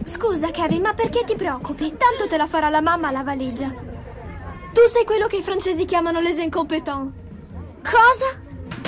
Scusa, Kevin, ma perché ti preoccupi? Tanto te la farà la mamma la valigia. Tu sei quello che i francesi chiamano les incompetents. Cosa?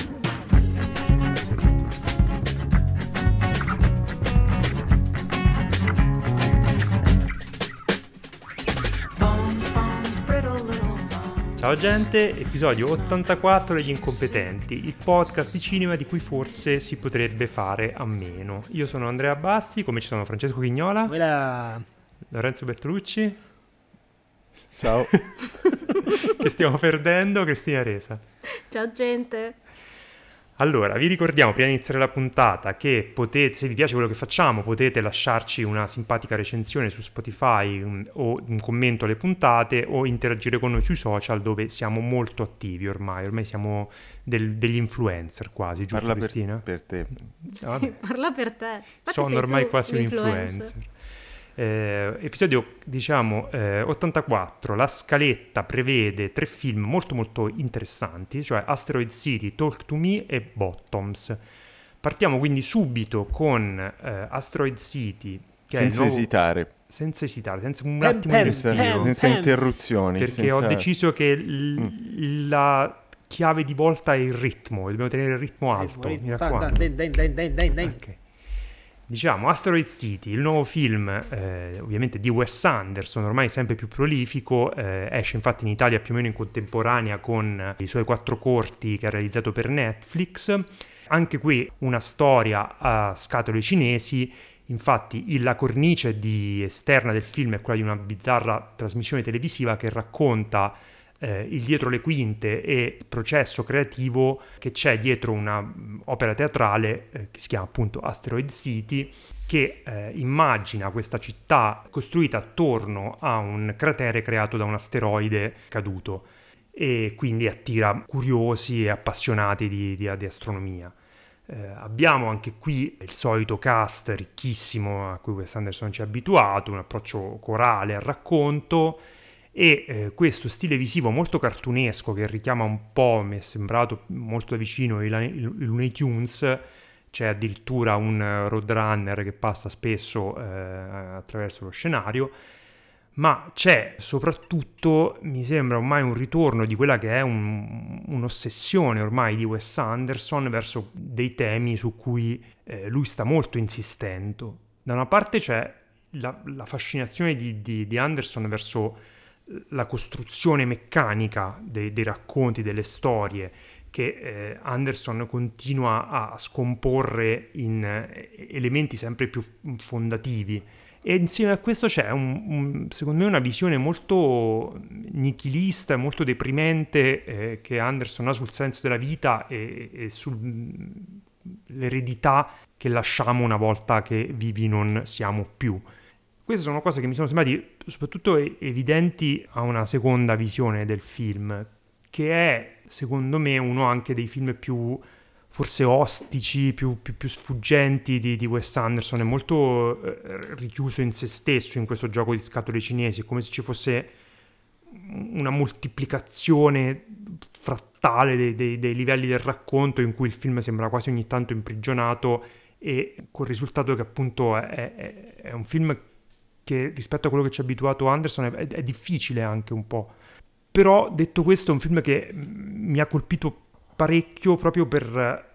Ciao gente, episodio 84 degli Incompetenti, il podcast di cinema di cui forse si potrebbe fare a meno. Io sono Andrea Basti, come ci sono Francesco Chignola, Quella... Lorenzo Bertolucci, ciao, che stiamo perdendo, Cristina Resa. Ciao gente. Allora, vi ricordiamo prima di iniziare la puntata che potete, se vi piace quello che facciamo, potete lasciarci una simpatica recensione su Spotify o un commento alle puntate o interagire con noi sui social dove siamo molto attivi ormai siamo degli influencer quasi, giusto parla Cristina? per te. Sì, parla per te. Infatti Sono sei ormai tu quasi un l'influencer. influencer. Episodio 84, la scaletta prevede 3 film molto molto interessanti, cioè Asteroid City, Talk to Me e Bottoms. Partiamo quindi subito con Asteroid City, che Senza è esitare, senza un attimo di respiro, senza interruzioni. perché ho deciso che la chiave di volta è il ritmo, dobbiamo tenere il ritmo alto, mi raccomando. Dai. Ok. Diciamo, Asteroid City, il nuovo film ovviamente di Wes Anderson, ormai sempre più prolifico, esce infatti in Italia più o meno in contemporanea con i suoi 4 corti che ha realizzato per Netflix. Anche qui una storia a scatole cinesi, infatti la cornice esterna del film è quella di una bizzarra trasmissione televisiva che racconta il dietro le quinte e il processo creativo che c'è dietro una opera teatrale che si chiama appunto Asteroid City, che immagina questa città costruita attorno a un cratere creato da un asteroide caduto e quindi attira curiosi e appassionati di astronomia. Abbiamo anche qui il solito cast ricchissimo a cui Wes Anderson ci ha abituato, un approccio corale al racconto e questo stile visivo molto cartunesco che richiama un po', mi è sembrato molto da vicino i Looney Tunes. C'è addirittura un Roadrunner che passa spesso attraverso lo scenario, ma c'è soprattutto, mi sembra ormai un ritorno di quella che è un'ossessione ormai di Wes Anderson verso dei temi su cui lui sta molto insistendo. Da una parte c'è la fascinazione di Anderson verso la costruzione meccanica dei racconti, delle storie che Anderson continua a scomporre in elementi sempre più fondativi, e insieme a questo c'è secondo me una visione molto nichilista e molto deprimente che Anderson ha sul senso della vita e sull'eredità che lasciamo una volta che vivi non siamo più. Queste sono cose che mi sono sembrati soprattutto evidenti a una seconda visione del film, che è, secondo me, uno anche dei film più forse ostici, più sfuggenti di Wes Anderson. È molto richiuso in se stesso in questo gioco di scatole cinesi, è come se ci fosse una moltiplicazione frattale dei livelli del racconto, in cui il film sembra quasi ogni tanto imprigionato, e col risultato che appunto è un film che rispetto a quello che ci ha abituato Anderson è difficile anche un po'. Però detto questo è un film che mi ha colpito parecchio proprio per,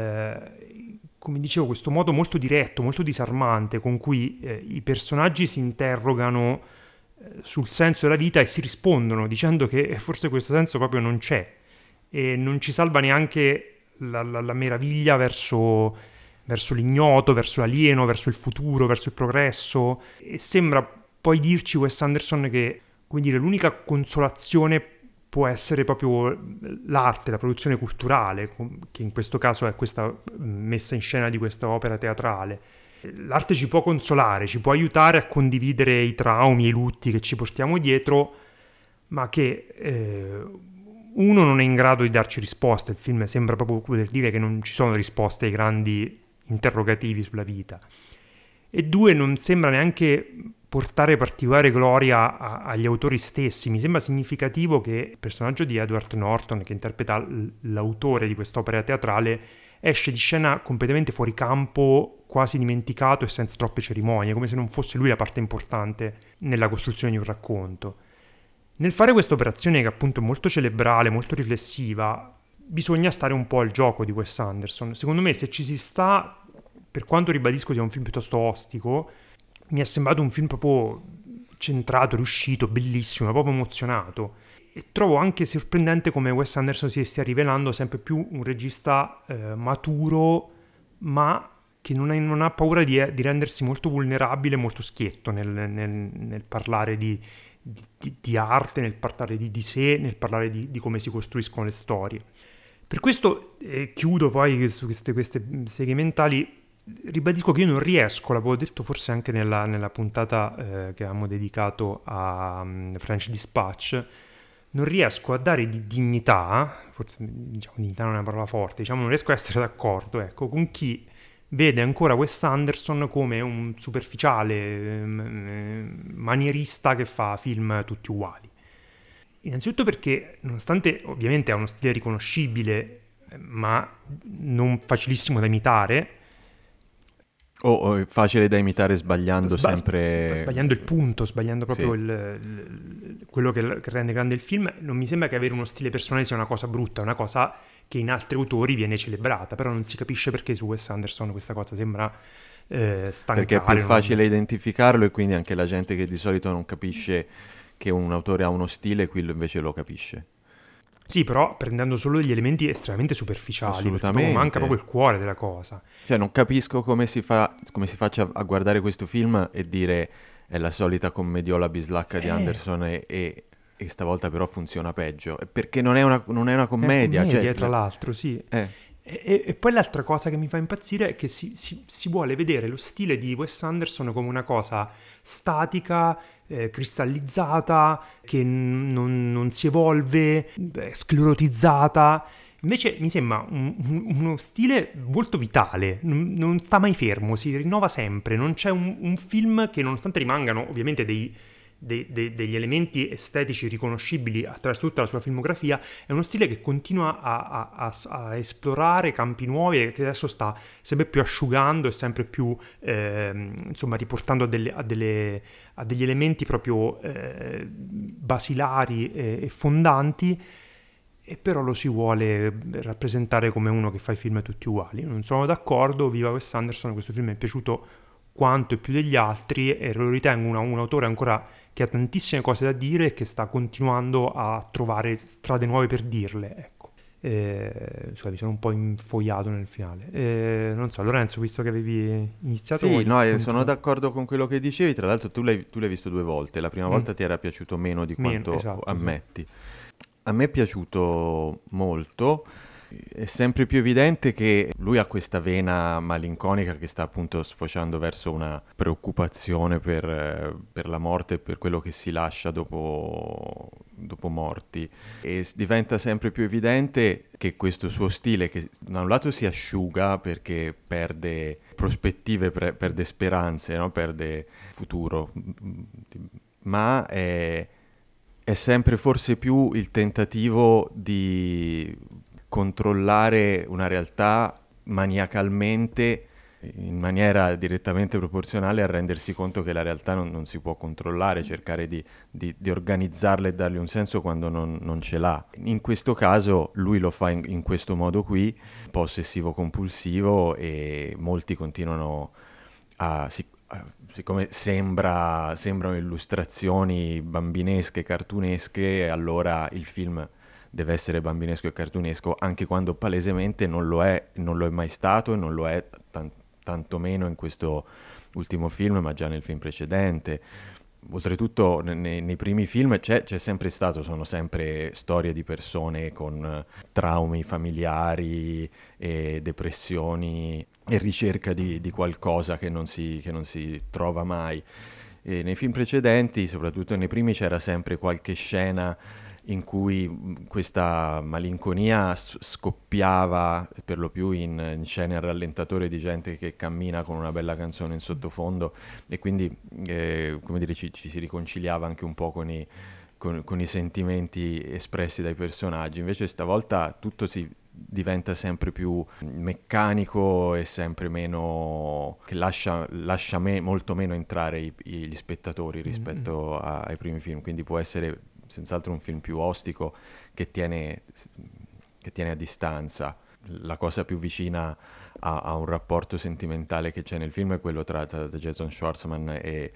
come dicevo, questo modo molto diretto, molto disarmante con cui i personaggi si interrogano sul senso della vita e si rispondono dicendo che forse questo senso proprio non c'è, e non ci salva neanche la meraviglia verso l'ignoto, verso l'alieno, verso il futuro, verso il progresso. E sembra poi dirci Wes Anderson che, come dire, l'unica consolazione può essere proprio l'arte, la produzione culturale, che in questo caso è questa messa in scena di questa opera teatrale. L'arte ci può consolare, ci può aiutare a condividere i traumi e i lutti che ci portiamo dietro, ma che uno non è in grado di darci risposte. Il film sembra proprio poter dire che non ci sono risposte ai grandi interrogativi sulla vita, e 2 non sembra neanche portare particolare gloria agli autori stessi. Mi sembra significativo che il personaggio di Edward Norton, che interpreta l'autore di quest'opera teatrale, esce di scena completamente fuori campo, quasi dimenticato e senza troppe cerimonie, come se non fosse lui la parte importante nella costruzione di un racconto. Nel fare questa operazione, che appunto è molto cerebrale, molto riflessiva, bisogna stare un po' al gioco di Wes Anderson. Secondo me, se ci si sta, per quanto ribadisco sia un film piuttosto ostico, mi è sembrato un film proprio centrato, riuscito, bellissimo, proprio emozionato. E trovo anche sorprendente come Wes Anderson si stia rivelando sempre più un regista maturo, ma che non ha paura di rendersi molto vulnerabile, molto schietto nel parlare di arte, nel parlare di sé, nel parlare di come si costruiscono le storie. Per questo chiudo poi su queste seghe mentali. Ribadisco che io non riesco, l'avevo detto forse anche nella puntata che avevamo dedicato a French Dispatch, non riesco a dare di dignità, forse diciamo dignità non è una parola forte, diciamo non riesco a essere d'accordo, ecco, con chi vede ancora Wes Anderson come un superficiale manierista che fa film tutti uguali. Innanzitutto perché, nonostante ovviamente ha uno stile riconoscibile, ma non facilissimo da imitare, o è facile da imitare sbagliando sempre... Sbagliando il punto, sbagliando proprio sì. quello che rende grande il film. Non mi sembra che avere uno stile personale sia una cosa brutta, è una cosa che in altri autori viene celebrata, però non si capisce perché su Wes Anderson questa cosa sembra stancare. Perché è più facile identificarlo e quindi anche la gente che di solito non capisce che un autore ha uno stile, qui invece lo capisce. Sì, però prendendo solo degli elementi estremamente superficiali, assolutamente, perché manca proprio il cuore della cosa. Cioè non capisco come si faccia a guardare questo film e dire è la solita commediola bislacca di Anderson e stavolta però funziona peggio, perché non è una commedia. Cioè, tra l'altro, sì. E poi l'altra cosa che mi fa impazzire è che si vuole vedere lo stile di Wes Anderson come una cosa statica, cristallizzata, che non si evolve, sclerotizzata. Invece mi sembra uno stile molto vitale, non sta mai fermo, si rinnova sempre. Non c'è un film che, nonostante rimangano ovviamente degli elementi estetici riconoscibili attraverso tutta la sua filmografia, è uno stile che continua a esplorare campi nuovi e che adesso sta sempre più asciugando e sempre più insomma riportando a degli elementi proprio basilari e fondanti, e però lo si vuole rappresentare come uno che fa i film tutti uguali. Non sono d'accordo, viva Wes Anderson, questo film mi è piaciuto quanto e più degli altri e lo ritengo un autore ancora che ha tantissime cose da dire e che sta continuando a trovare strade nuove per dirle, ecco. Scusa, mi sono un po' infoiato nel finale. Non so, Lorenzo, visto che avevi iniziato... Sì, no, sono d'accordo con quello che dicevi, tra l'altro tu l'hai visto 2 volte, la prima volta ti era piaciuto meno di quanto esatto, ammetti. A me è piaciuto molto, è sempre più evidente che lui ha questa vena malinconica che sta appunto sfociando verso una preoccupazione per la morte e per quello che si lascia dopo morti, e diventa sempre più evidente che questo suo stile, che da un lato si asciuga perché perde prospettive, perde speranze, no? Perde futuro, ma è sempre forse più il tentativo di controllare una realtà maniacalmente, in maniera direttamente proporzionale a rendersi conto che la realtà non si può controllare, cercare di organizzarla e dargli un senso quando non ce l'ha. In questo caso lui lo fa in questo modo qui, possessivo-compulsivo, e molti continuano siccome sembrano illustrazioni bambinesche, cartunesche, allora il film deve essere bambinesco e cartunesco, anche quando palesemente non lo è mai stato, e non lo è tantomeno in questo ultimo film, ma già nel film precedente. Oltretutto nei primi film c'è sempre stato, sono sempre storie di persone con traumi familiari e depressioni e ricerca di qualcosa che non si trova mai. E nei film precedenti, soprattutto nei primi, c'era sempre qualche scena in cui questa malinconia scoppiava, per lo più in scene a rallentatore di gente che cammina con una bella canzone in sottofondo, e quindi come dire, ci si riconciliava anche un po' con i sentimenti espressi dai personaggi. Invece stavolta tutto si diventa sempre più meccanico e sempre meno, che lascia molto meno entrare gli spettatori rispetto ai primi film, quindi può essere senz'altro un film più ostico che tiene a distanza. La cosa più vicina a un rapporto sentimentale che c'è nel film è quello tra Jason Schwartzman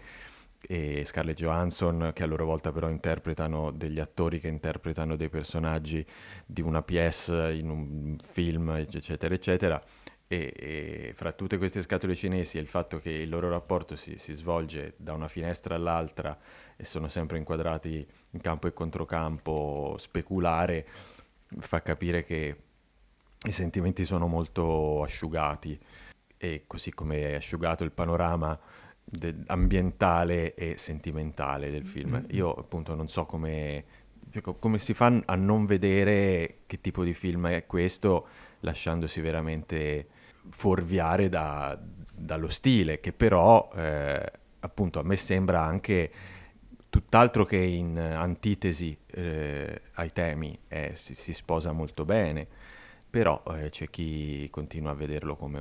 e Scarlett Johansson, che a loro volta però interpretano degli attori che interpretano dei personaggi di una pièce in un film, eccetera eccetera, e fra tutte queste scatole cinesi e il fatto che il loro rapporto si svolge da una finestra all'altra e sono sempre inquadrati in campo e controcampo speculare, fa capire che i sentimenti sono molto asciugati, e così come è asciugato il panorama ambientale e sentimentale del film. Io appunto non so come si fa a non vedere che tipo di film è questo, lasciandosi veramente fuorviare dallo stile, che però appunto a me sembra anche tutt'altro che in antitesi ai temi, si sposa molto bene, però c'è chi continua a vederlo come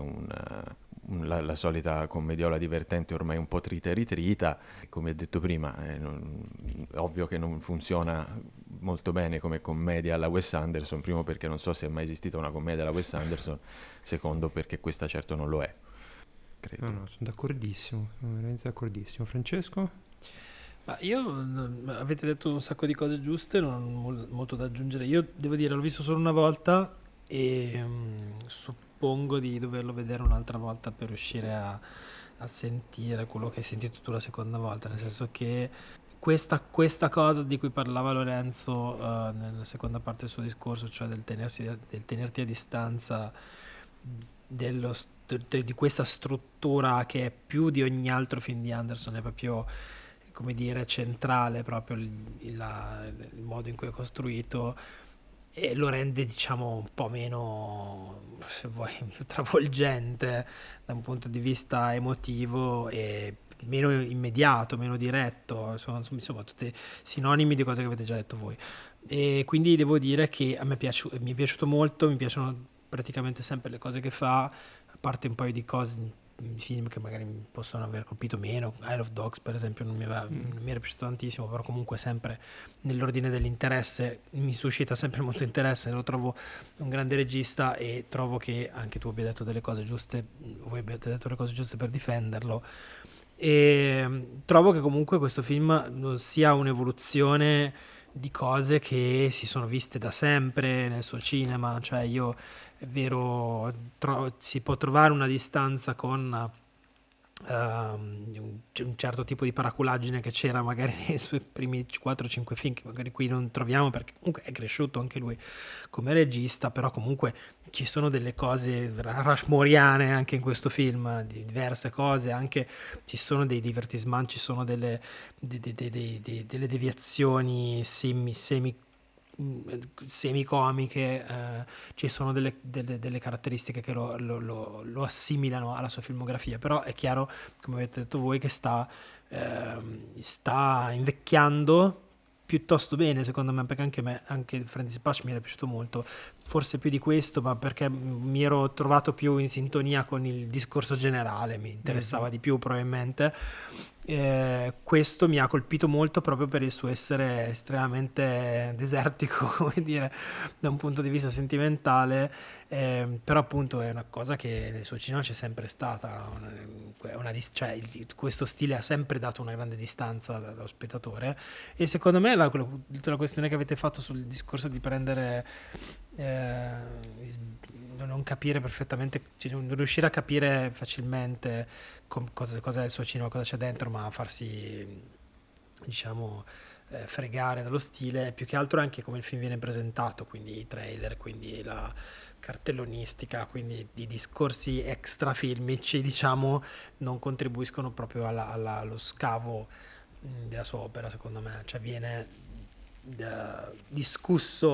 la solita commediola divertente ormai un po' trita e ritrita. Come ho detto prima, ovvio che non funziona molto bene come commedia alla Wes Anderson, primo perché non so se è mai esistita una commedia alla Wes Anderson, secondo perché questa certo non lo è, credo. No, sono d'accordissimo, sono veramente d'accordissimo. Francesco? Ma avete detto un sacco di cose giuste, non ho molto da aggiungere. Io devo dire, l'ho visto solo una volta e suppongo di doverlo vedere un'altra volta per riuscire a sentire quello che hai sentito tu la seconda volta, nel senso che questa cosa di cui parlava Lorenzo nella seconda parte del suo discorso, cioè del tenerti a distanza di questa struttura che è più di ogni altro film di Anderson, è proprio, come dire, centrale proprio il modo in cui è costruito, e lo rende, diciamo, un po' meno, se vuoi, travolgente da un punto di vista emotivo e meno immediato, meno diretto. Sono insomma tutti sinonimi di cose che avete già detto voi, e quindi devo dire che a me mi è piaciuto molto. Mi piacciono praticamente sempre le cose che fa, a parte un paio di cose, film che magari mi possono aver colpito meno. Isle of Dogs per esempio non mi era piaciuto tantissimo, però comunque sempre nell'ordine dell'interesse mi suscita sempre molto interesse. Lo trovo un grande regista e trovo che anche tu abbia detto delle cose giuste, voi abbiate detto le cose giuste per difenderlo, e trovo che comunque questo film non sia un'evoluzione di cose che si sono viste da sempre nel suo cinema. Cioè, io, è vero, si può trovare una distanza con un certo tipo di paraculaggine che c'era magari nei suoi primi 4-5 film, che magari qui non troviamo perché comunque è cresciuto anche lui come regista, però comunque ci sono delle cose rushmoriane anche in questo film, di diverse cose, anche ci sono dei divertissement, ci sono delle deviazioni semicomiche, ci sono delle caratteristiche che lo assimilano alla sua filmografia, però è chiaro, come avete detto voi, che sta invecchiando piuttosto bene, secondo me, perché anche Francis Patch mi era piaciuto molto, forse più di questo, ma perché mi ero trovato più in sintonia con il discorso generale, mi interessava di più probabilmente. Questo mi ha colpito molto proprio per il suo essere estremamente desertico, come dire, da un punto di vista sentimentale, però appunto è una cosa che nel suo cinema c'è sempre stata, cioè, questo stile ha sempre dato una grande distanza dallo spettatore, e secondo me la questione che avete fatto sul discorso di prendere non capire perfettamente, cioè non riuscire a capire facilmente cosa è il suo cinema, cosa c'è dentro, ma farsi, diciamo, fregare dallo stile, più che altro anche come il film viene presentato, quindi i trailer, quindi la cartellonistica, quindi i discorsi extrafilmici, diciamo, non contribuiscono proprio allo scavo della sua opera, secondo me. Cioè viene discusso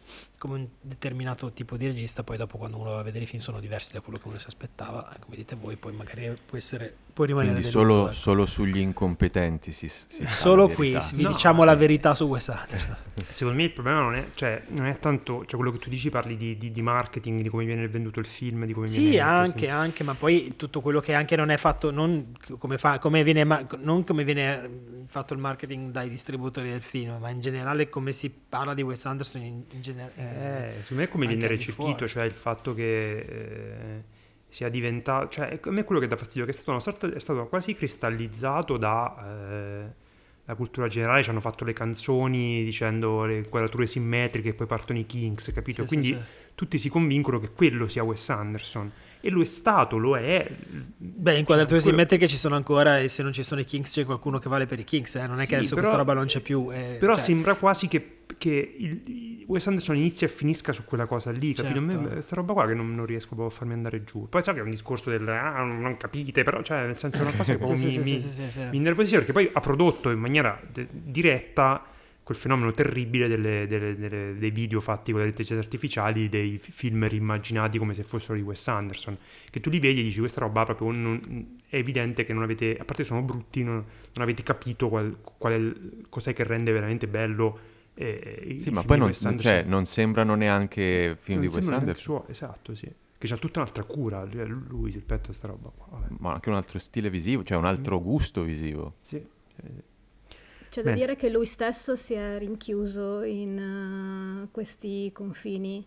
un determinato tipo di regista, poi dopo quando uno va a vedere i film sono diversi da quello che uno si aspettava, come dite voi, poi magari può rimanere Quindi deluso, ecco. solo sugli incompetenti si sa Solo la qui verità. vi No, diciamo la verità su Wes Anderson. Secondo me il problema non è tanto, cioè quello che tu dici, parli di marketing, di come viene venduto il film, di come Sì, viene anche, ma poi tutto quello che anche non è fatto, non come viene fatto il marketing dai distributori del film, ma in generale come si parla di Wes Anderson in generale. secondo me come anche viene al di recepito, fuori. cioè il fatto che sia diventato, cioè a me quello che dà fastidio è che è stato quasi cristallizzato da la cultura generale. Ci hanno fatto le canzoni dicendo le inquadrature simmetriche e poi partono i Kings, capito? Sì, Quindi sì. tutti si convincono che quello sia Wes Anderson, e lo è stato, lo è. Beh, inquadrature Cioè, quello- simmetriche ci sono ancora, e se non ci sono i Kings c'è qualcuno che vale per i Kings, non è che Sì, adesso però- questa roba non c'è più. Però cioè, sembra quasi che Wes Anderson inizia e finisca su quella cosa lì, capito? A me Certo. questa roba qua che non riesco proprio a farmi andare giù. Poi so che è un discorso del non capite, però cioè nel senso è una cosa che proprio sì. mi innervosisce, perché poi ha prodotto in maniera diretta quel fenomeno terribile dei video fatti con le intelligenze artificiali, dei film rimmaginati come se fossero di Wes Anderson, che tu li vedi e dici questa roba proprio è evidente che non avete, a parte sono brutti, non avete capito cos'è che rende veramente bello i Sì, ma film poi di non, Wes Anderson. cioè, non sembrano neanche film Non di Wes sembra neanche Anderson, suo, esatto, sì. Che c'ha tutta un'altra cura lui rispetto a sta roba qua. Vabbè. ma anche un altro stile visivo, cioè un altro gusto visivo. Sì. C'è da Bene. dire che lui stesso si è rinchiuso in questi confini.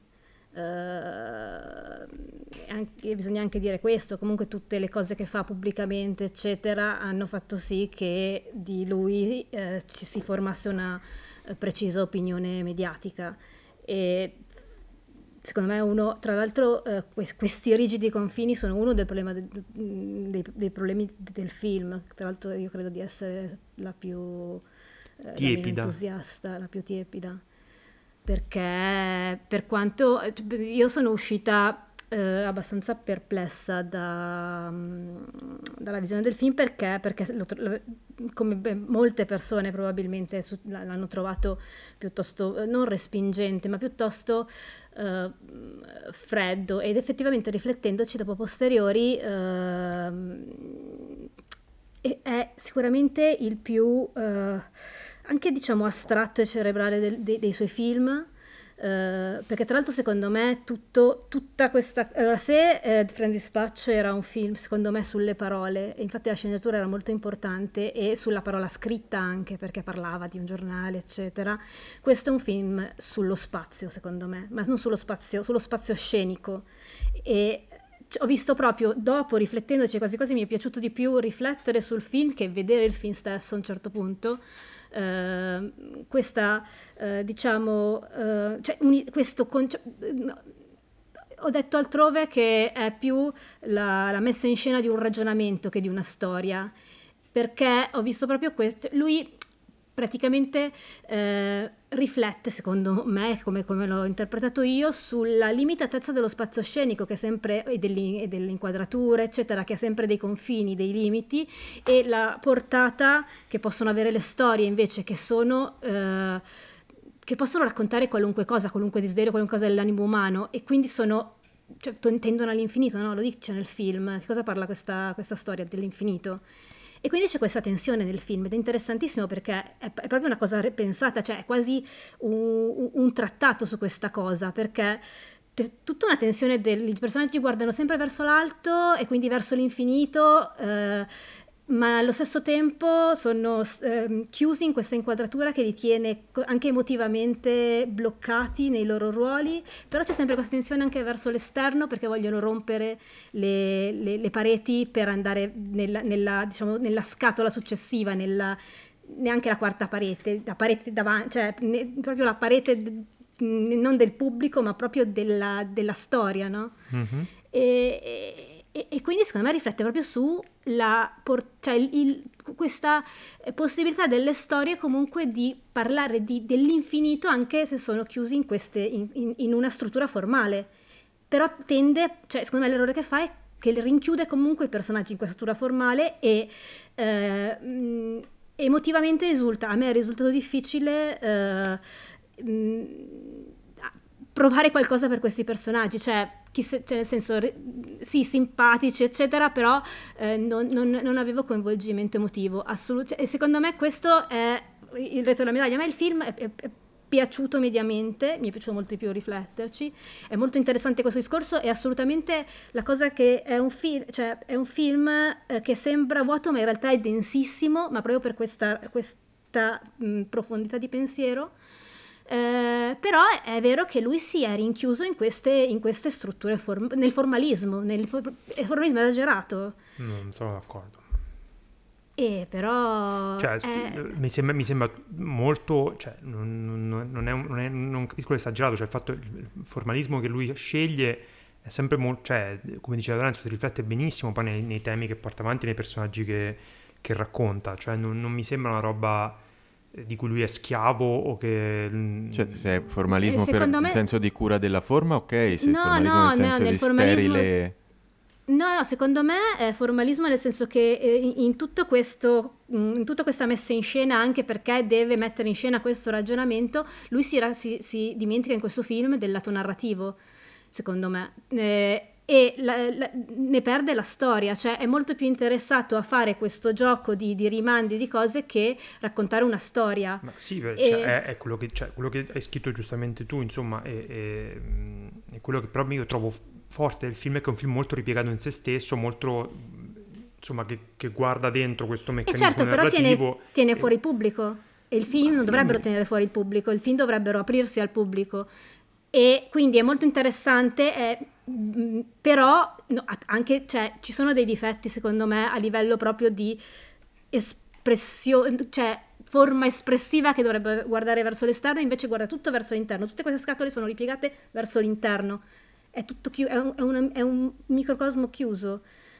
Bisogna anche dire questo, comunque tutte le cose che fa pubblicamente eccetera hanno fatto sì che di lui ci si formasse una precisa opinione mediatica, e secondo me tra l'altro questi rigidi confini sono uno del problema dei problemi del film. Tra l'altro io credo di essere la più la meno Tiepida. entusiasta, la più tiepida, perché per quanto io sono uscita abbastanza perplessa dalla visione del film, perché come molte persone probabilmente l'hanno trovato piuttosto non respingente, ma piuttosto freddo, ed effettivamente riflettendoci dopo posteriori è sicuramente il più anche diciamo astratto e cerebrale dei suoi film. Perché tra l'altro secondo me tutta questa, allora, se Friend Dispatch era un film secondo me sulle parole, e infatti la sceneggiatura era molto importante, e sulla parola scritta anche perché parlava di un giornale eccetera, questo è un film sullo spazio secondo me, ma non sullo spazio scenico. E ho visto proprio dopo, riflettendoci, quasi quasi mi è piaciuto di più riflettere sul film che vedere il film stesso a un certo punto. Questa diciamo cioè questo ho detto altrove che è più la messa in scena di un ragionamento che di una storia, perché ho visto proprio questo. Lui praticamente riflette, secondo me, come l'ho interpretato io, sulla limitatezza dello spazio scenico, che è sempre, e delle inquadrature, eccetera, che ha sempre dei confini, dei limiti, e la portata che possono avere le storie, invece, che possono raccontare qualunque cosa, qualunque desiderio, qualunque cosa dell'animo umano, e quindi tendono all'infinito, no? Lo dice nel film. Che cosa parla questa storia dell'infinito? E quindi c'è questa tensione nel film, ed è interessantissimo perché è proprio una cosa pensata, cioè è quasi un trattato su questa cosa, perché tutta una tensione i personaggi guardano sempre verso l'alto e quindi verso l'infinito, ma allo stesso tempo sono chiusi in questa inquadratura che li tiene anche emotivamente bloccati nei loro ruoli, però c'è sempre questa tensione anche verso l'esterno, perché vogliono rompere le pareti per andare diciamo, nella scatola successiva, neanche la quarta parete, la parete davanti, cioè proprio la parete non del pubblico ma proprio della storia, no? Mm-hmm. E quindi secondo me riflette proprio su questa possibilità delle storie comunque di parlare dell'infinito anche se sono chiusi in una struttura formale, però cioè secondo me l'errore che fa è che rinchiude comunque i personaggi in questa struttura formale, e emotivamente a me è risultato difficile provare qualcosa per questi personaggi, cioè nel senso sì, simpatici eccetera, però non avevo coinvolgimento emotivo e secondo me questo è il retro della medaglia. A me il film è piaciuto mediamente, mi è piaciuto molto di più rifletterci, è molto interessante questo discorso, e assolutamente la cosa che è un film che sembra vuoto ma in realtà è densissimo, ma proprio per questa profondità di pensiero. Però è vero che lui si è rinchiuso in queste strutture nel formalismo, nel formalismo esagerato. Non sono d'accordo. Però cioè, mi sembra molto, cioè, non capisco l'esagerato, cioè il formalismo che lui sceglie è sempre molto, cioè, come diceva Lorenzo, si riflette benissimo poi nei temi che porta avanti, nei personaggi che racconta, cioè non mi sembra una roba di cui lui è schiavo o che... Cioè, se è formalismo per il senso di cura della forma, ok, se è formalismo nel senso di sterile... No, secondo me è formalismo nel senso che in tutta questa messa in scena, anche perché deve mettere in scena questo ragionamento, lui si dimentica in questo film del lato narrativo, secondo me, e ne perde la storia, cioè è molto più interessato a fare questo gioco di rimandi di cose che raccontare una storia. Ma sì, cioè, è quello che hai scritto giustamente tu, insomma, è quello che però io trovo forte del film, è che è un film molto ripiegato in se stesso, molto, insomma, che guarda dentro questo meccanismo narrativo. Però tiene fuori il pubblico, e il film non dovrebbero tenere fuori il pubblico, il film dovrebbero aprirsi al pubblico, e quindi è molto interessante, però anche, cioè, ci sono dei difetti secondo me a livello proprio di espressione, cioè forma espressiva, che dovrebbe guardare verso l'esterno, invece guarda tutto verso l'interno. Tutte queste scatole sono ripiegate verso l'interno, è tutto è un microcosmo chiuso,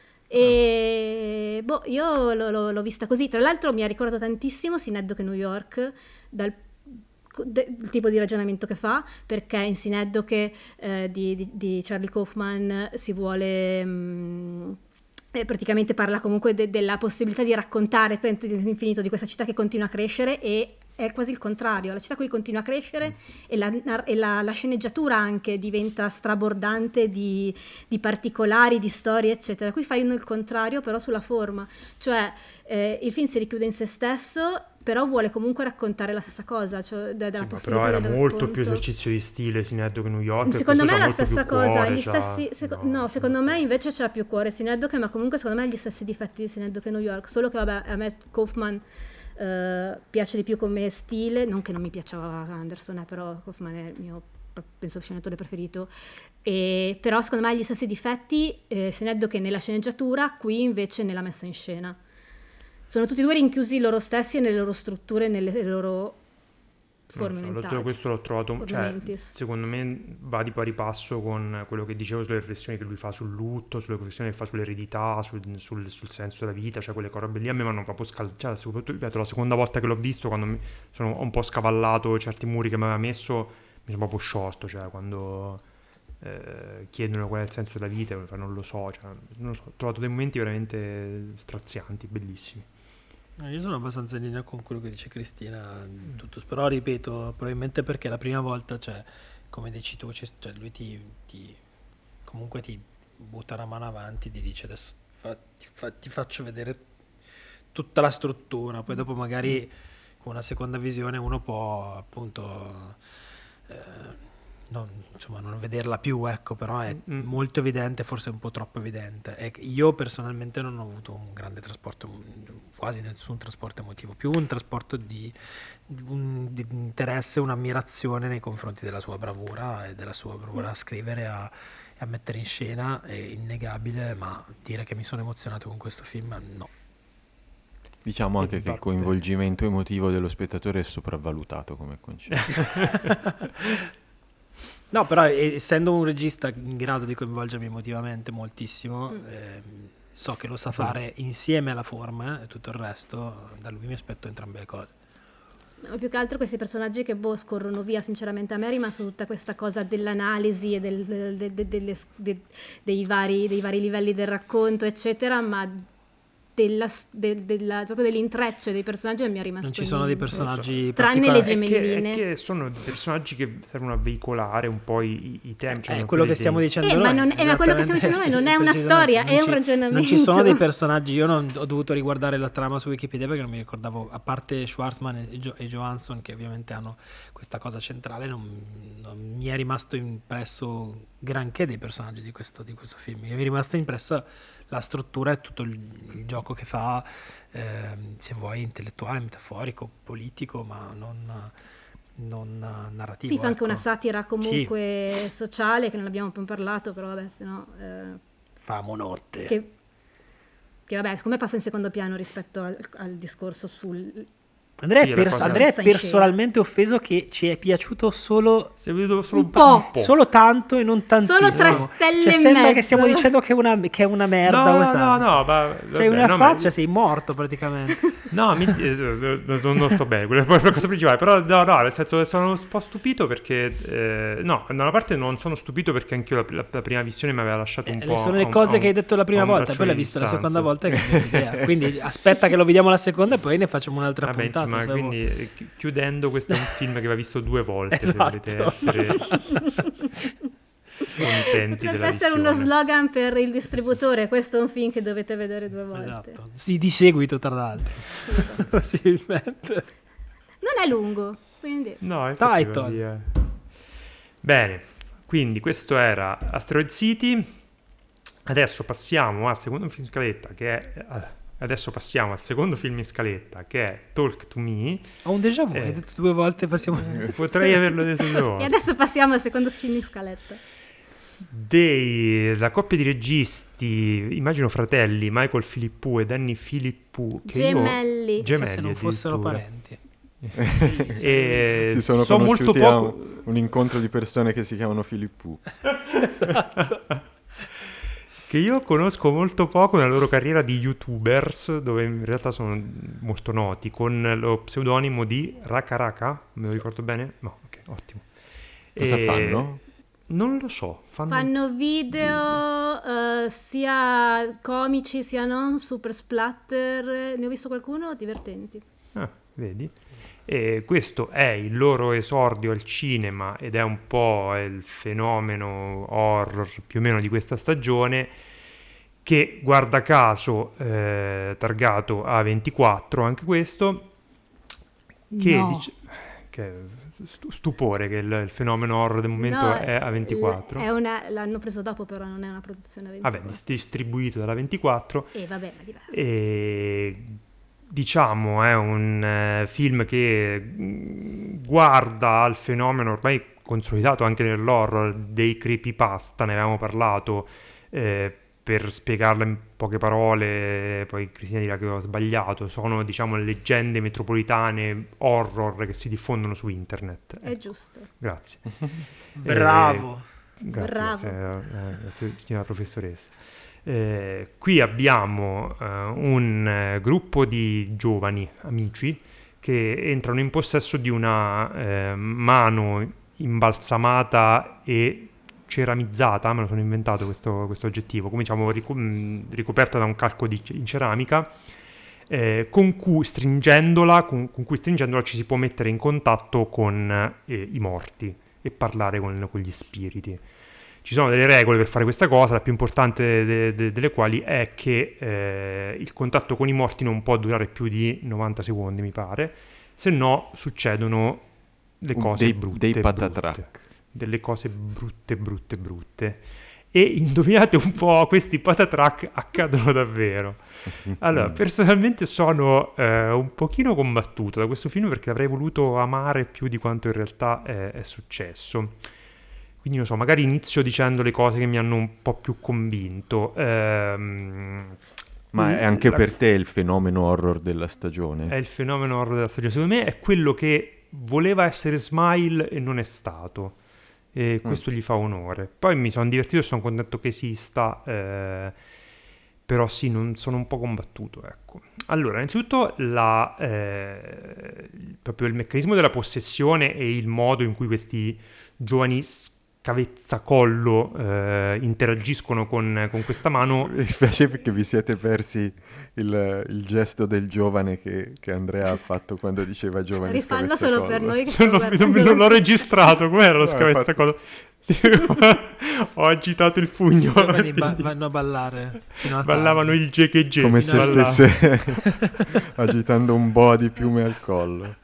e io l'ho vista così. Tra l'altro mi ha ricordato tantissimo Synecdoche New York dal il tipo di ragionamento che fa, perché in Synecdoche di Charlie Kaufman si vuole praticamente parla comunque della possibilità di raccontare l'infinito di questa città che continua a crescere, e è quasi il contrario, la città qui continua a crescere e la sceneggiatura anche diventa strabordante di particolari, di storie eccetera. Qui fai il contrario però sulla forma, cioè il film si richiude in se stesso, però vuole comunque raccontare la stessa cosa, cioè della possibilità. Però era molto più esercizio di stile Synecdoche New York. Secondo me è la stessa cosa, secondo me invece c'ha più cuore Synecdoche, ma comunque secondo me ha gli stessi difetti di Synecdoche New York, solo che vabbè, a me Kaufman piace di più come stile, non che non mi piaceva Anderson, però Kaufman è il mio, penso, sceneggiatore preferito, però secondo me ha gli stessi difetti Synecdoche nella sceneggiatura, qui invece nella messa in scena. Sono tutti e due rinchiusi loro stessi nelle loro strutture, nelle loro forme mentali. Questo l'ho trovato, cioè, secondo me va di pari passo con quello che dicevo sulle riflessioni che lui fa sul lutto, sulle riflessioni che fa sull'eredità, sul senso della vita, cioè quelle cose lì a me mi hanno proprio scalciato. Soprattutto, ripeto, la seconda volta che l'ho visto, quando sono un po' scavallato certi muri che mi aveva messo, mi sono proprio sciolto, cioè quando chiedono qual è il senso della vita, non lo so, cioè, non lo so, ho trovato dei momenti veramente strazianti, bellissimi. Io sono abbastanza in linea con quello che dice Cristina, tutto, però ripeto, probabilmente perché la prima volta, cioè, come dici tu, cioè, lui comunque ti butta la mano avanti, ti dice adesso ti faccio vedere tutta la struttura, poi dopo magari con una seconda visione uno può appunto non vederla più, ecco, però è molto evidente, forse un po' troppo evidente. E io personalmente non ho avuto un grande trasporto, quasi nessun trasporto emotivo, più un trasporto di interesse, un'ammirazione nei confronti della sua bravura e della sua bravura a scrivere e a mettere in scena. È innegabile, ma dire che mi sono emozionato con questo film, no. Diciamo anche che il coinvolgimento emotivo dello spettatore è sopravvalutato come concetto. No, però essendo un regista in grado di coinvolgermi emotivamente moltissimo, so che lo sa fare insieme alla forma e tutto il resto, da lui mi aspetto entrambe le cose. No, più che altro questi personaggi che scorrono via, sinceramente a me è rimasta tutta questa cosa dell'analisi e dei vari livelli del racconto eccetera, ma proprio dell'intreccio dei personaggi non mi è rimasto Non ci sono dei niente. personaggi Tranne le particolari. gemelline. È che sono personaggi che servono a veicolare un po' i temi. Cioè È quello che stiamo dicendo ma, noi. ma quello che stiamo dicendo noi non è una storia, è un ragionamento. Non ci sono dei personaggi. Io non ho dovuto riguardare la trama su Wikipedia perché non mi ricordavo, a parte Schwartzman e Johansson, che ovviamente hanno questa cosa centrale, non mi è rimasto impresso granché dei personaggi di questo film. Mi è rimasto impressa la struttura e tutto il gioco che fa, se vuoi intellettuale, metaforico, politico, ma non narrativo. Sì, fa anche ecco. una satira comunque sociale, che non abbiamo poi parlato, però vabbè, sennò Famo notte. che vabbè, come passa in secondo piano rispetto al discorso sul... Andrea, Sì, è è la cosa- Andrea è Messa in scena. personalmente offeso che ci è piaciuto solo Si è veduto solo Un po'. solo tanto e non tantissimo. Solo 3 stelle Cioè, e sembra mezzo. che stiamo dicendo che è una merda. No, questa. no, ma C'hai vabbè, una no, faccia, ma- sei morto praticamente. No, non sto bene, quella è la cosa principale, però no, nel senso sono un po' stupito perché, no, da una parte non sono stupito perché anch'io la prima visione mi aveva lasciato un po'... Sono le cose che hai detto la prima volta, poi l'hai visto la seconda volta e cambiato idea. Quindi aspetta che lo vediamo la seconda e poi ne facciamo un'altra Vabbè, puntata. insomma, se vuoi. quindi chiudendo, questo è un film che va visto 2 volte, Esatto. se volete essere contenti Potrebbe della essere visione. uno slogan per il distributore, questo è un film che dovete vedere 2 volte. Esatto. Sì, di seguito tra l'altro. Sì, esatto. Possibilmente. Non è lungo, quindi... No, infatti Title. va via. Bene, quindi questo era Asteroid City. Adesso passiamo al secondo film in scaletta che è Talk to Me. Ho un déjà vu, hai detto 2 volte, passiamo... Potrei averlo detto 2 E volte. adesso passiamo al secondo film in scaletta. La coppia di registi, immagino fratelli, Michael Philippou e Danny Philippou, che Gemelli. Chissà se non fossero addirittura. parenti. E Si sono so molto conosciuti a poco. un incontro di persone che si chiamano Philippou. Che io conosco molto poco nella loro carriera di YouTubers, dove in realtà sono molto noti, con lo pseudonimo di Raka Raka, me lo ricordo bene? No, ok, ottimo. Cosa fanno? Non lo so. Fanno video sia comici sia non, super splatter, ne ho visto qualcuno divertenti. Ah, vedi? E questo è il loro esordio al cinema ed è un po' il fenomeno horror più o meno di questa stagione, che guarda caso targato A24 anche questo, che No. dice che stupore che il fenomeno horror del momento No, è A24. L'hanno preso dopo, però non è una produzione A24. Vabbè, distribuito dalla 24. E vabbè, ma diverso. E diciamo è un film che guarda al fenomeno ormai consolidato anche nell'horror dei creepypasta, ne avevamo parlato, per spiegarla in poche parole, poi Cristina dirà che ho sbagliato, sono diciamo leggende metropolitane horror che si diffondono su internet. È giusto. Grazie. Bravo. Grazie, Bravo. grazie, signora professoressa. Qui abbiamo un gruppo di giovani amici che entrano in possesso di una mano imbalsamata e ceramizzata, me lo sono inventato questo aggettivo, come diciamo ricoperta da un calco in ceramica, con cui stringendola ci si può mettere in contatto con i morti e parlare con gli spiriti. Ci sono delle regole per fare questa cosa, la più importante delle quali è che il contatto con i morti non può durare più di 90 secondi, mi pare, se no succedono le cose brutte. Dei brutte. patatrack. Delle cose brutte. E indovinate un po', questi patatrack accadono davvero. Allora, personalmente sono un pochino combattuto da questo film perché l'avrei voluto amare più di quanto in realtà è successo. Quindi non so, magari inizio dicendo le cose che mi hanno un po' più convinto. Ma è anche per te il fenomeno horror della stagione? È il fenomeno horror della stagione. Secondo me è quello che voleva essere Smile e non è stato. E questo gli fa onore. Poi mi sono divertito e sono contento che esista, però sì, non sono un po' combattuto, ecco. Allora, innanzitutto proprio il meccanismo della possessione e il modo in cui questi giovani cavezzacollo interagiscono con questa mano. Mi spiace perché vi siete persi il gesto del giovane che Andrea ha fatto quando diceva giovane Rifallo scavezzacollo. solo per noi che Non l'ho registrato, com'era lo scavezzacollo? Ho agitato il pugno. I giovani vanno a ballare fino a Ballavano tardi. il JKG. Come se stesse agitando un boa di piume al collo.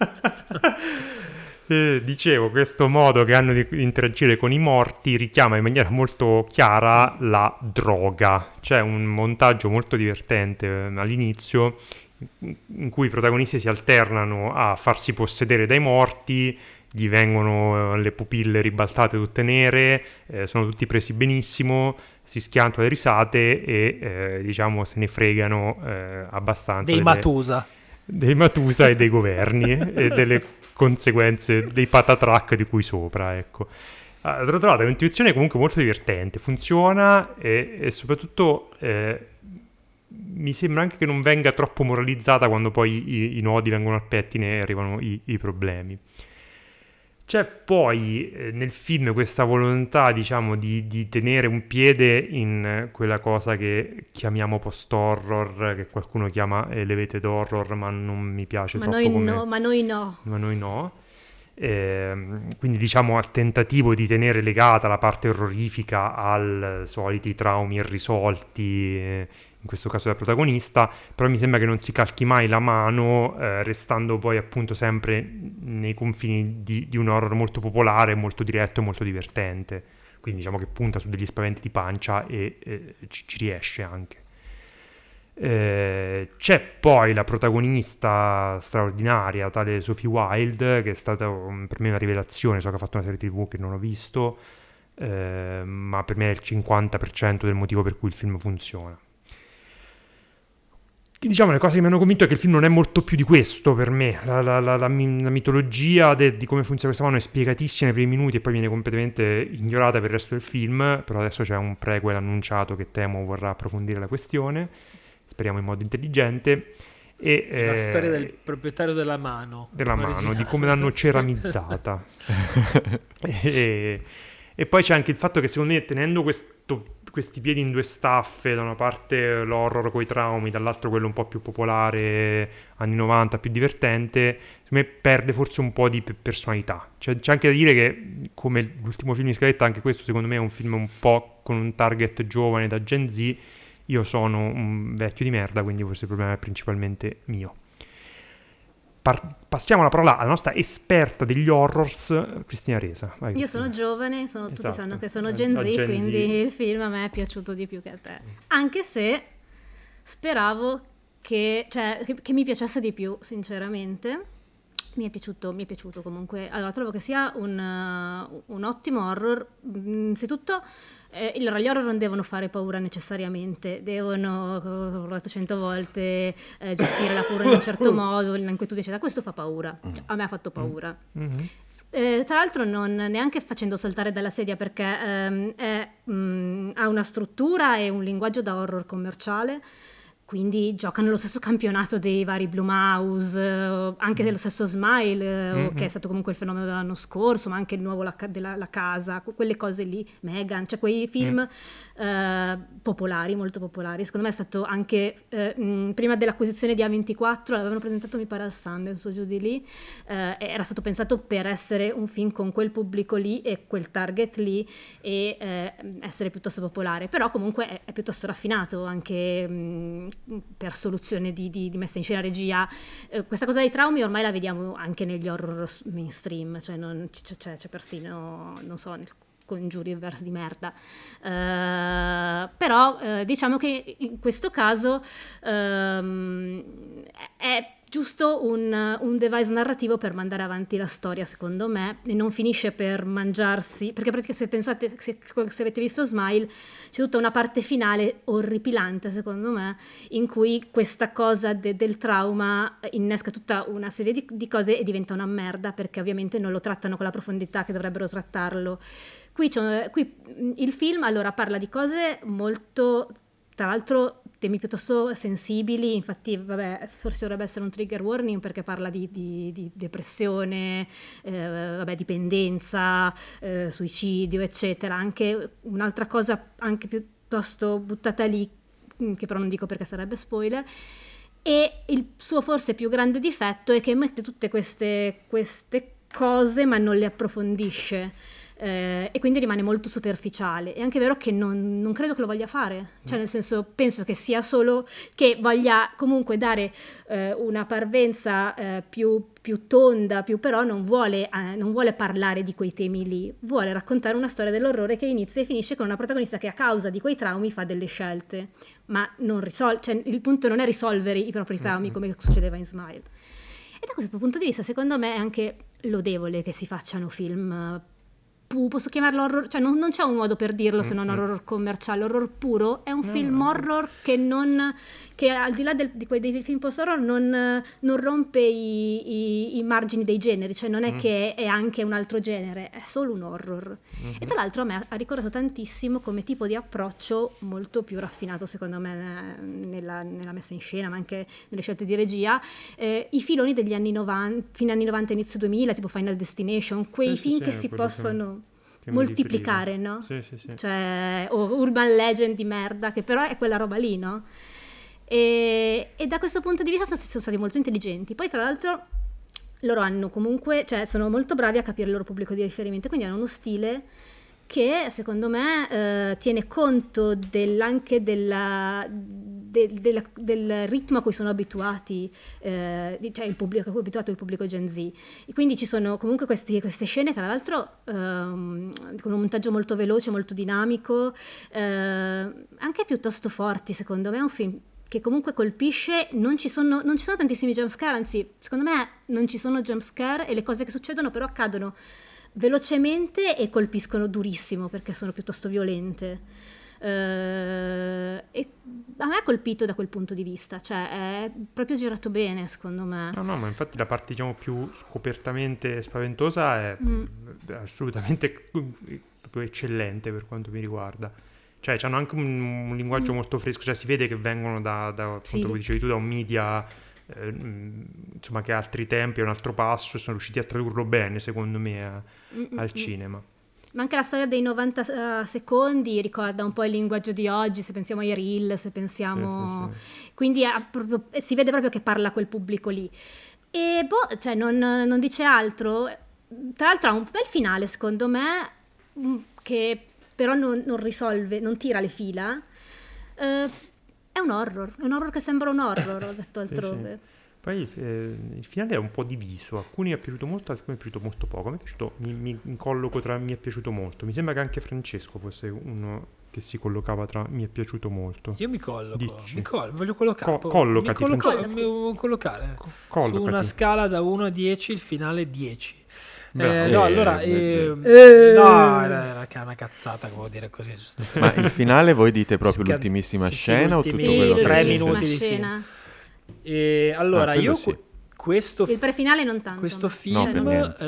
Dicevo, questo modo che hanno di interagire con i morti richiama in maniera molto chiara la droga. C'è un montaggio molto divertente all'inizio in cui i protagonisti si alternano a farsi possedere dai morti, gli vengono le pupille ribaltate tutte nere, sono tutti presi benissimo, si schiantano le risate e diciamo se ne fregano abbastanza Dei Matusa e dei governi e delle conseguenze dei patatrack di cui sopra, ecco. L'ho trovata un'intuizione comunque molto divertente, funziona e soprattutto mi sembra anche che non venga troppo moralizzata quando poi i nodi vengono al pettine e arrivano i problemi. C'è poi nel film questa volontà, diciamo, di tenere un piede in quella cosa che chiamiamo post-horror, che qualcuno chiama elevated horror, ma non mi piace Ma troppo noi come... no, ma noi no. Ma noi no. Quindi diciamo al tentativo di tenere legata la parte orrorifica ai soliti traumi irrisolti, in questo caso del protagonista, però mi sembra che non si calchi mai la mano, restando poi appunto sempre nei confini di un horror molto popolare, molto diretto e molto divertente. Quindi diciamo che punta su degli spaventi di pancia e ci riesce anche. C'è poi la protagonista straordinaria, tale Sophie Wilde, che è stata per me una rivelazione. So che ha fatto una serie TV che non ho visto, ma per me è il 50% del motivo per cui il film funziona. Diciamo, le cose che mi hanno convinto è che il film non è molto più di questo per me. La mitologia di come funziona questa mano è spiegatissima nei primi minuti e poi viene completamente ignorata per il resto del film, però adesso c'è un prequel annunciato che temo vorrà approfondire la questione, speriamo in modo intelligente. La storia del proprietario della mano. Di come l'hanno ceramizzata. E poi c'è anche il fatto che secondo me, tenendo questi piedi in due staffe, da una parte l'horror coi traumi, dall'altro quello un po' più popolare, anni 90, più divertente, secondo me perde forse un po' di personalità. C'è anche da dire che, come l'ultimo film di Scaletta, anche questo secondo me è un film un po' con un target giovane da Gen Z. Io sono un vecchio di merda, quindi forse il problema è principalmente mio. Passiamo la parola alla nostra esperta degli horrors, Cristina Resa. Vai, Io Cristina. sono giovane, tutti Esatto. sanno che sono Gen Z, quindi il film a me è piaciuto di più che a te. Anche se speravo che mi piacesse di più, sinceramente. Mi è piaciuto comunque. Allora, trovo che sia un ottimo horror. Innanzitutto, gli horror non devono fare paura necessariamente, devono, ho detto 100 volte, gestire la paura in un certo modo, l'inquietudine, eccetera. Questo fa paura. A me ha fatto paura. Mm-hmm. Tra l'altro non neanche facendo saltare dalla sedia, perché ha una struttura e un linguaggio da horror commerciale. Quindi gioca nello stesso campionato dei vari Blumhouse, anche dello stesso Smile, che è stato comunque il fenomeno dell'anno scorso, ma anche il nuovo La Casa, quelle cose lì, Megan, cioè quei film popolari, molto popolari. Secondo me è stato anche, prima dell'acquisizione di A24, l'avevano presentato mi pare al Sundance o giù di lì, era stato pensato per essere un film con quel pubblico lì e quel target lì e essere piuttosto popolare, però comunque è piuttosto raffinato anche per soluzione di messa in scena, regia. Questa cosa dei traumi ormai la vediamo anche negli horror mainstream, cioè c'è persino, non so, nel Conjureverse di merda, però diciamo che in questo caso è giusto un device narrativo per mandare avanti la storia, secondo me, e non finisce per mangiarsi, perché praticamente se pensate, se avete visto Smile, c'è tutta una parte finale orripilante, secondo me, in cui questa cosa del trauma innesca tutta una serie di cose e diventa una merda, perché ovviamente non lo trattano con la profondità che dovrebbero trattarlo. Qui il film allora parla di cose molto, tra l'altro, temi piuttosto sensibili, infatti vabbè, forse dovrebbe essere un trigger warning perché parla di depressione, vabbè, dipendenza, suicidio, eccetera. Anche un'altra cosa anche piuttosto buttata lì, che però non dico perché sarebbe spoiler, e il suo forse più grande difetto è che mette tutte queste cose ma non le approfondisce. E quindi rimane molto superficiale. È anche vero che non credo che lo voglia fare, cioè nel senso penso che sia solo che voglia comunque dare una parvenza più tonda, però non vuole parlare di quei temi lì, vuole raccontare una storia dell'orrore che inizia e finisce con una protagonista che a causa di quei traumi fa delle scelte, ma non cioè il punto non è risolvere i propri traumi come succedeva in Smile. E da questo punto di vista secondo me è anche lodevole che si facciano film posso chiamarlo horror, cioè non c'è un modo per dirlo se non horror commerciale. Horror puro è un film horror che al di là di quei dei film post-horror non rompe i margini dei generi, cioè non è che è anche un altro genere, è solo un horror. E tra l'altro a me ha ricordato tantissimo come tipo di approccio molto più raffinato secondo me nella messa in scena, ma anche nelle scelte di regia, i filoni degli anni 90, fine anni 90 inizio 2000, tipo Final Destination, quei film che si possono moltiplicare, no? Sì. Cioè, o Urban Legend di merda, che però è quella roba lì, no? E da questo punto di vista sono stati molto intelligenti. Poi tra l'altro loro hanno comunque, cioè sono molto bravi a capire il loro pubblico di riferimento, quindi hanno uno stile che secondo me tiene conto anche del ritmo a cui sono abituati, cioè il pubblico a cui è abituato il pubblico Gen Z. E quindi ci sono comunque queste scene, tra l'altro con un montaggio molto veloce, molto dinamico, anche piuttosto forti. Secondo me è un film che comunque colpisce, non ci sono tantissimi jumpscare, anzi secondo me non ci sono jumpscare e le cose che succedono però accadono velocemente e colpiscono durissimo perché sono piuttosto violente. E a me ha colpito da quel punto di vista, cioè è proprio girato bene secondo me. No, ma infatti la parte diciamo più scopertamente spaventosa è assolutamente proprio eccellente per quanto mi riguarda. Cioè hanno anche un linguaggio molto fresco, cioè si vede che vengono da appunto, come dicevi tu, da un media insomma che a altri tempi è un altro passo e sono riusciti a tradurlo bene secondo me al cinema. Ma anche la storia dei 90 secondi ricorda un po' il linguaggio di oggi, se pensiamo ai reel, se pensiamo sì. Quindi si vede proprio che parla a quel pubblico lì e cioè non dice altro. Tra l'altro ha un bel finale secondo me, che però non risolve, non tira le fila. È un horror che sembra un horror, ho detto altrove. Sì. Poi il finale è un po' diviso, alcuni è piaciuto molto, alcuni è piaciuto molto poco. A me è piaciuto, mi colloco tra mi è piaciuto molto. Mi sembra che anche Francesco fosse uno che si collocava tra mi è piaciuto molto. Io mi colloco, voglio collocare. Collocati. Mi collocare. Collocati. Su una scala da 1 a 10, il finale 10. No, era una cazzata, come dire così. Ma il finale voi dite proprio l'ultimissima scena o tutto quello che 3 minuti di film? E allora io questo il prefinale non tanto. Questo film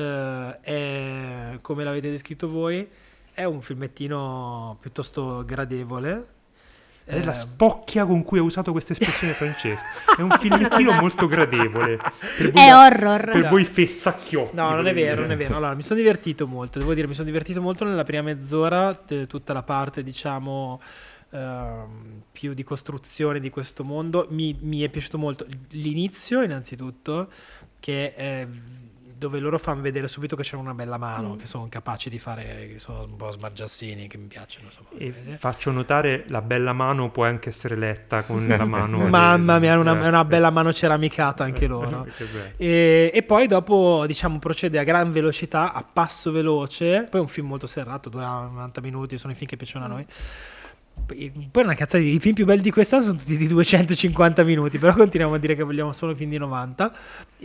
è, come l'avete descritto voi, è un filmettino piuttosto gradevole. È la spocchia con cui ha usato questa espressione Francesco. È un filmettino molto gradevole. È horror. Per voi fessacchiotti. No, non è vero. Allora, mi sono divertito molto, devo dire, nella prima mezz'ora, tutta la parte, diciamo, più di costruzione di questo mondo. Mi è piaciuto molto l'inizio, innanzitutto, che dove loro fanno vedere subito che c'è una bella mano, che sono capaci di fare, che sono un po' smargiassini, che mi piacciono, insomma. E faccio notare, la bella mano può anche essere letta con la mano. Mamma mia, una bella mano ceramicata anche loro. E poi dopo, diciamo, procede a gran velocità, a passo veloce. Poi è un film molto serrato, dura 90 minuti, sono i film che piacciono a noi. Poi una cazzata, i film più belli di quest'anno sono tutti di 250 minuti, però continuiamo a dire che vogliamo solo film di 90.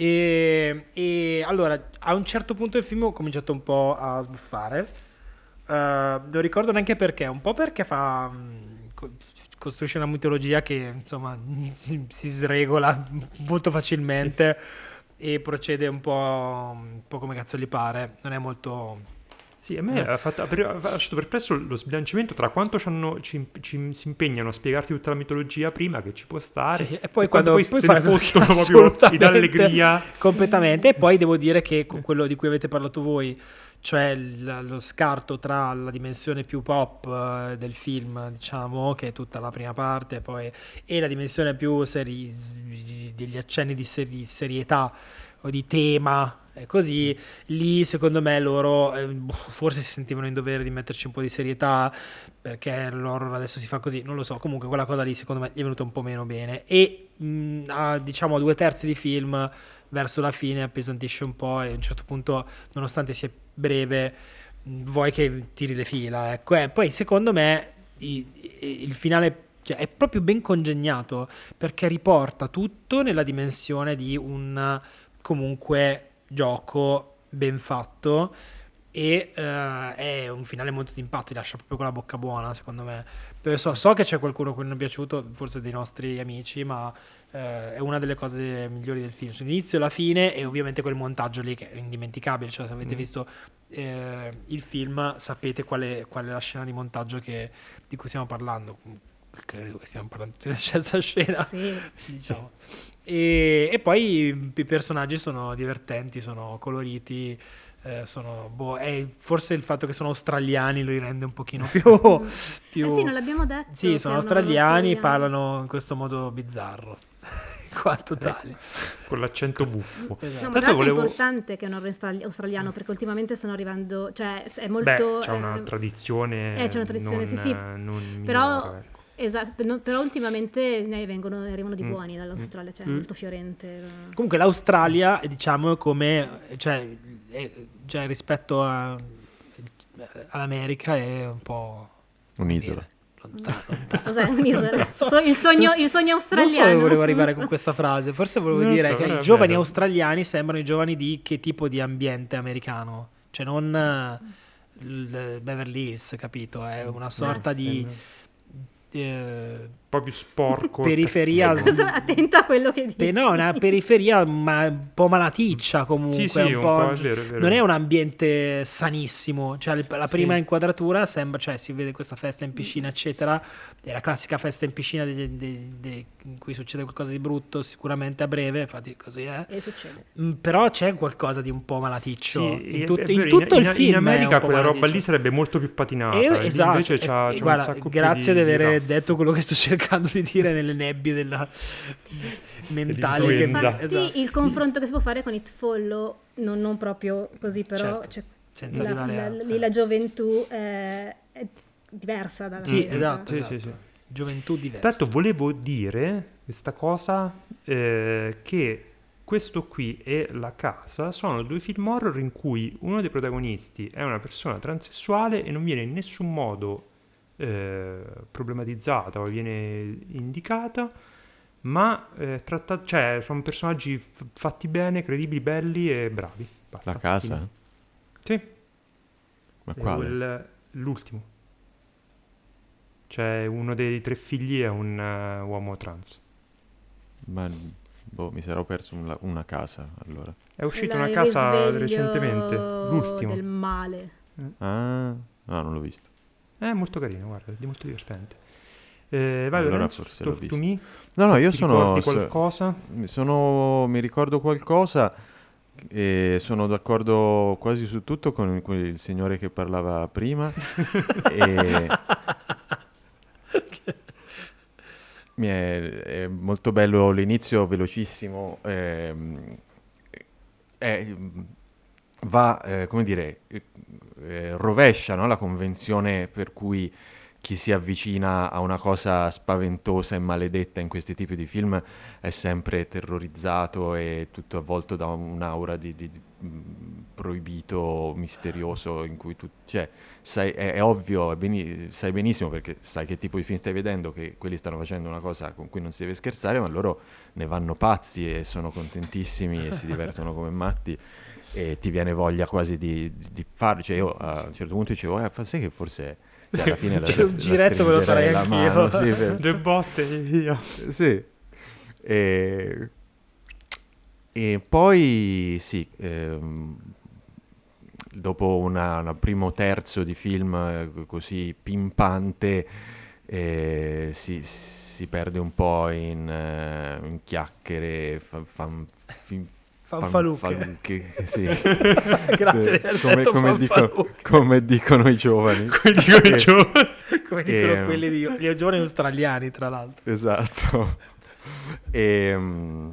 E allora a un certo punto del film ho cominciato un po' a sbuffare, non ricordo neanche perché, un po' perché costruisce una mitologia che insomma si sregola molto facilmente e procede un po' come cazzo gli pare, non è molto... Sì, a me ha lasciato perplesso lo sbilanciamento tra quanto si impegnano a spiegarti tutta la mitologia prima, che ci può stare, sì, e poi quando poi te ne fanno fottono proprio assolutamente, d'allegria. completamente. E poi devo dire che con quello di cui avete parlato voi, cioè lo scarto tra la dimensione più pop del film, diciamo, che è tutta la prima parte, poi, e la dimensione più degli accenni di serietà o di tema, e così, lì secondo me loro forse si sentivano in dovere di metterci un po' di serietà, perché loro adesso si fa così, non lo so, comunque quella cosa lì secondo me gli è venuta un po' meno bene, e diciamo a 2/3 di film, verso la fine appesantisce un po', e a un certo punto, nonostante sia breve, vuoi che tiri le fila, ecco. Poi secondo me il finale, cioè, è proprio ben congegnato, perché riporta tutto nella dimensione di un comunque gioco ben fatto, e è un finale molto d'impatto, ti lascia proprio con la bocca buona, secondo me. So che c'è qualcuno a cui non è piaciuto, forse dei nostri amici, ma è una delle cose migliori del film, l'inizio e la fine, e ovviamente quel montaggio lì che è indimenticabile, cioè se avete visto il film sapete qual è la scena di montaggio di cui stiamo parlando. Credo che stiamo parlando della stessa scena, Sì. diciamo. E poi i personaggi sono divertenti, sono coloriti, forse il fatto che sono australiani li rende un pochino più sì, non l'abbiamo detto. sì, sono australiani, parlano in questo modo bizzarro quanto tali, con l'accento buffo. esatto. No, ma tra l'altro è importante che è un australiano, perché ultimamente stanno arrivando, cioè è molto... c'è una tradizione, c'è una tradizione, sì, non però... minore, ecco. Esatto, però ultimamente ne arrivano di buoni dall'Australia, cioè molto fiorente. Comunque l'Australia, diciamo, è come, cioè rispetto all'America è un po' un'isola. Lontano. Cos'è un'isola? Il sogno australiano. Non so dove volevo arrivare con questa frase. Forse volevo dire che i giovani australiani sembrano i giovani di che tipo di ambiente americano? Cioè non il Beverly Hills, capito? È una sorta di un po' più sporco, periferia. Attento a quello che dici. No, una periferia un po' malaticcia, comunque. Sì, un po', è vero. Non è un ambiente sanissimo. Cioè, la prima inquadratura sembra, cioè, si vede questa festa in piscina, eccetera. È la classica festa in piscina in cui succede qualcosa di brutto, sicuramente a breve, infatti così è. E succede. Però c'è qualcosa di un po' malaticcio in tutto il film. In America quella roba lì sarebbe molto più patinata. Esatto. Invece c'ha guarda, un sacco grazie di aver raff. detto quello che sto cercando di dire nelle nebbie della mentale. Dell'influenza. Infatti il confronto che si può fare con It Follow, non proprio così, però Certo, cioè, senza arrivare lì la gioventù è diversa dalla Sì, nostra. esatto. Sì. Gioventù diversa. Tanto volevo dire questa cosa, che questo qui e La Casa sono due film horror in cui uno dei protagonisti è una persona transessuale e non viene in nessun modo problematizzata o viene indicata, ma cioè sono personaggi fatti bene, credibili, belli e bravi. Basta. La Casa? Sì. Ma quale? L'ultimo. Cioè uno dei 3 figli è un uomo trans. Ma mi sarò perso una casa allora. È uscita Il una casa risveglio recentemente, l'ultimo. del male. Ah, no, non l'ho visto. È molto carino, guarda, è molto divertente. Vai, Allora Lorenzo, forse l'ho talk visto. to me. No, io Ti ricordi sono... qualcosa? Mi ricordo qualcosa e sono d'accordo quasi su tutto con il signore che parlava prima. E... è molto bello l'inizio, velocissimo. Come dire, rovescia, no, la convenzione per cui chi si avvicina a una cosa spaventosa e maledetta in questi tipi di film è sempre terrorizzato e tutto avvolto da un'aura di proibito, misterioso, in cui tu, cioè, è ovvio, sai benissimo, perché sai che tipo di film stai vedendo, che quelli stanno facendo una cosa con cui non si deve scherzare, ma loro ne vanno pazzi e sono contentissimi e si divertono come matti e ti viene voglia quasi di farlo. Cioè io a un certo punto dicevo, sai che forse... Cioè, alla fine sì, un giretto me lo farei la anch'io. mano, sì, Due botte io. sì. E poi sì, dopo una primo terzo di film così pimpante si perde un po' in chiacchiere, fanfaluche. Sì. Grazie di aver detto fanfaluche. Come dicono i giovani. Come dicono quelli gli giovani australiani, tra l'altro. Esatto. Mi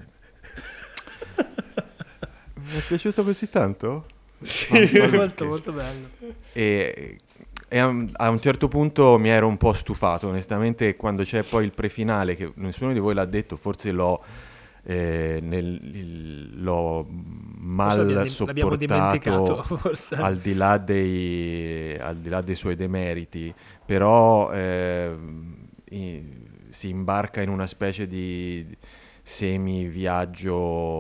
è piaciuto così tanto? Sì, molto molto bello. E a un certo punto mi ero un po' stufato, onestamente, quando c'è poi il prefinale, che nessuno di voi l'ha detto, forse l'ho mal sopportato, forse. al di là dei suoi demeriti, però si imbarca in una specie di semi-viaggio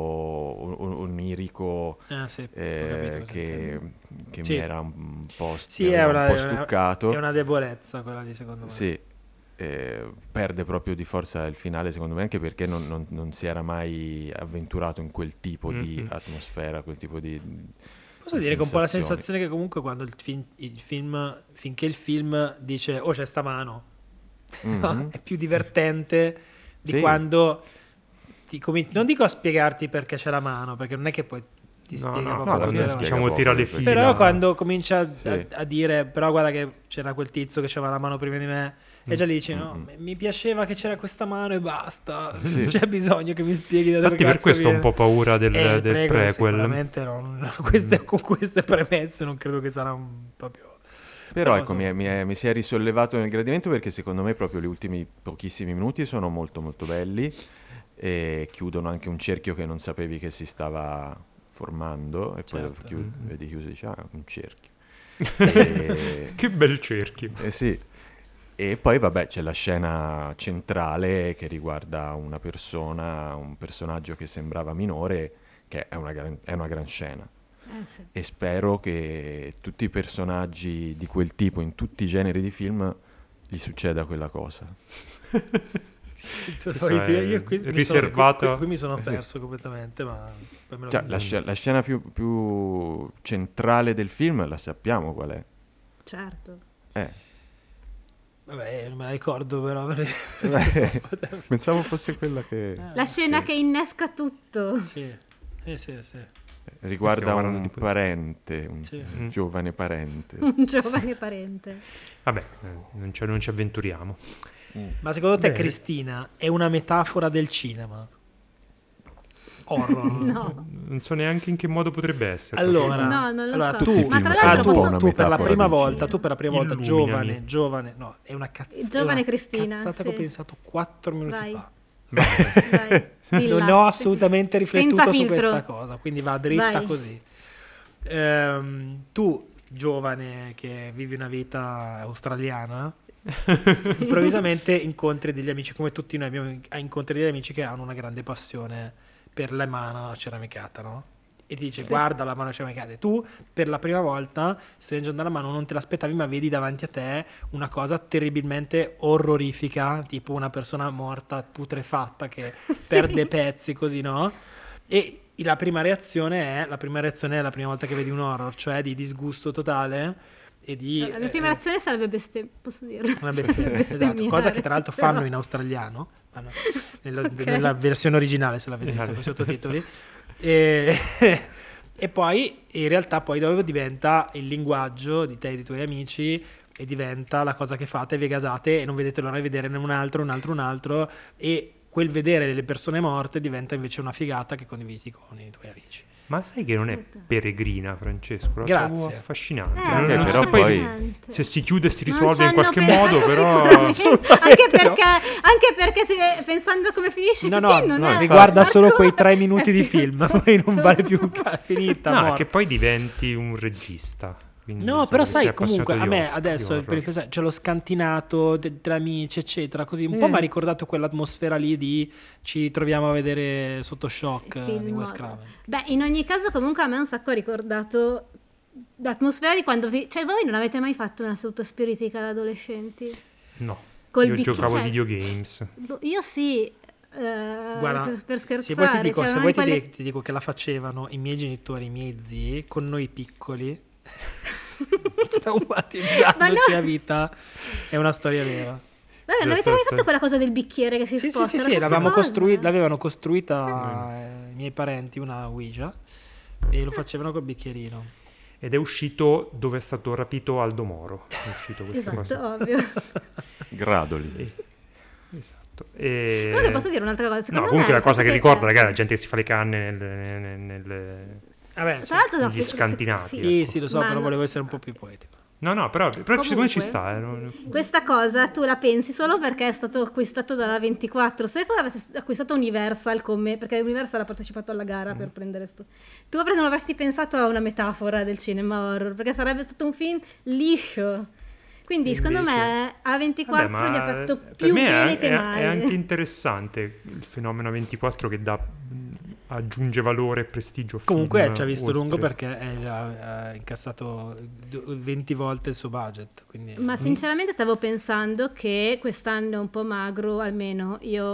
onirico che mi era un po' stuccato. È una debolezza quella lì, secondo me. Sì, perde proprio di forza il finale, secondo me, anche perché non si era mai avventurato in quel tipo di atmosfera, quel tipo di Posso dire che un po' la sensazione che comunque quando il film finché il film dice "oh, c'è sta mano", è più divertente di quando non dico a spiegarti perché c'è la mano, perché non è che poi ti spiega proprio, diciamo tira le fila. Però quando comincia a dire "però guarda che c'era quel tizio che c'aveva la mano prima di me", e già lì dici "no, mi piaceva che c'era questa mano e basta, non c'è bisogno che mi spieghi da dove infatti per questo ho un po' paura del prequel. Sicuramente con queste premesse non credo che sarà un proprio. Però ecco, mi si è risollevato nel gradimento, perché secondo me proprio gli ultimi pochissimi minuti sono molto molto belli e chiudono anche un cerchio che non sapevi che si stava formando, e poi vedi chiuso e dici un cerchio. Che bel cerchio. Sì. E poi vabbè c'è la scena centrale che riguarda una persona, un personaggio che sembrava minore, che è una gran scena. Sì. E spero che tutti i personaggi di quel tipo in tutti i generi di film gli succeda quella cosa. Io riservato. Qui mi sono perso completamente, ma poi me lo la scena più centrale del film la sappiamo qual è. Certo. Vabbè, non me la ricordo, però pensavo fosse quella che la scena che innesca tutto. Sì. Riguarda un parente, un giovane parente. Un giovane parente. Vabbè, non ci avventuriamo. Ma secondo te, Cristina, è una metafora del cinema? Horror? No. Non so neanche in che modo potrebbe essere. Allora, no, non lo so. Tu per la prima volta, Illuminami. giovane, no, è una cazzata. Giovane Cristina, cazzata che ho pensato 4 minuti fa. Vai. Non ho assolutamente riflettuto su filtro. questa cosa, quindi va dritta così. Tu, giovane che vivi una vita australiana, improvvisamente incontri degli amici, come tutti noi abbiamo incontri degli amici che hanno una grande passione per la mano ceramicata, no? E ti dice guarda la mano ceramicata, e tu per la prima volta stringendo la mano non te l'aspettavi, ma vedi davanti a te una cosa terribilmente orrorifica, tipo una persona morta putrefatta che perde pezzi così, no? E la prima reazione è la prima volta che vedi un horror, cioè di disgusto totale. La mia prima reazione sarebbe posso dirlo? Una esatto, cosa che tra l'altro fanno in australiano, nella versione originale, se la vedete con i sottotitoli. E poi in realtà poi dopo diventa il linguaggio di te e dei tuoi amici, e diventa la cosa che fate, vi gasate e non vedete l'ora di vedere un altro, e quel vedere le persone morte diventa invece una figata che condividi con i tuoi amici. Ma sai che non è peregrina, Francesco? La Grazie. trovo affascinante. Però poi se si chiude e si risolve in qualche modo, però anche perché pensando a come finisce il film, non riguarda solo quei 3 minuti di film, poi non vale più finita. No, è che poi diventi un regista. No, però sai, comunque a me adesso c'è lo scantinato tra amici, eccetera, così un po' mi ha ricordato quell'atmosfera lì di ci troviamo a vedere Sotto Shock di Wes Craven. Beh, in ogni caso comunque a me un sacco ha ricordato l'atmosfera di quando cioè voi non avete mai fatto una seduta spiritica da adolescenti? No, io giocavo a videogames. Io sì. Guarda, per scherzare, se vuoi ti dico che la facevano i miei genitori, i miei zii, con noi piccoli, traumatizzandoci a vita, è una storia vera. Vabbè, non avete mai fatto quella cosa del bicchiere che si Sì, sposta? sì, l'avevano costruita i miei parenti, una Ouija, e lo facevano col bicchierino. Ed è uscito dove è stato rapito Aldo Moro. È uscito questa Esatto, cosa. ovvio. Gradoli. Esatto. Comunque posso dire un'altra cosa? Secondo comunque me la cosa che il fatto ricorda, ragazzi, la gente che si fa le canne Vabbè, Tra l'altro, no, gli scantinati. sì, sì, lo so, Ma però no, volevo essere un po' più poetico. No, però secondo me ci Comunque, sta. questa cosa tu la pensi solo perché è stato acquistato dalla 24. Se avessi acquistato Universal perché Universal ha partecipato alla gara per prendere tu non avresti pensato a una metafora del cinema horror, perché sarebbe stato un film liscio. Quindi secondo me A24 gli ha fatto più bene che male. È anche interessante il fenomeno A24 che aggiunge valore e prestigio a Comunque film, ci ha visto oltre. lungo perché ha incassato 20 volte il suo budget, quindi... Ma sinceramente stavo pensando che quest'anno è un po' magro, almeno io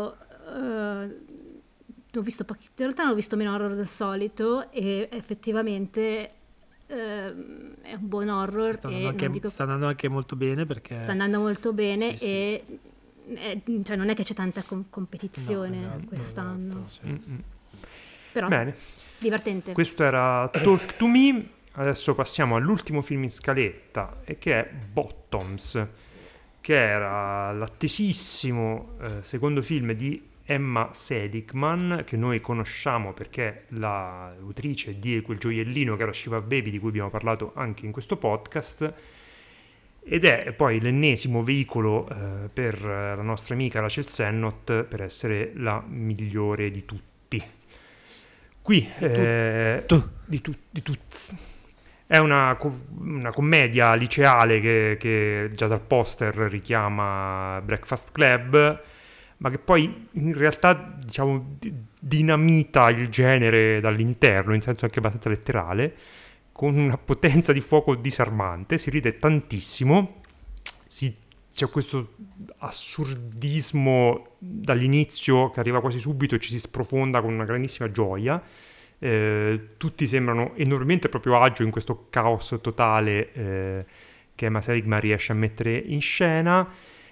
ho visto in realtà non ho visto meno horror del solito, e effettivamente è un buon horror. Sta andando anche molto bene, perché sta andando molto bene, sì, e cioè non è che c'è tanta competizione esatto, quest'anno. esatto, sì. Però Bene, divertente. questo era Talk to Me. Adesso passiamo all'ultimo film in scaletta, e che è Bottoms, che era l'attesissimo secondo film di Emma Seligman, che noi conosciamo perché è l'autrice di Quel gioiellino che era Shiva Baby, di cui abbiamo parlato anche in questo podcast, ed è poi l'ennesimo veicolo per la nostra amica Rachel Sennott per essere la migliore di tutti. Qui di tutti. È una commedia liceale che già dal poster richiama Breakfast Club, ma che poi in realtà, diciamo, dinamita il genere dall'interno, in senso anche abbastanza letterale, con una potenza di fuoco disarmante. Si ride tantissimo, c'è questo assurdismo dall'inizio che arriva quasi subito e ci si sprofonda con una grandissima gioia. Tutti sembrano enormemente a proprio agio in questo caos totale che Emma Seligman riesce a mettere in scena.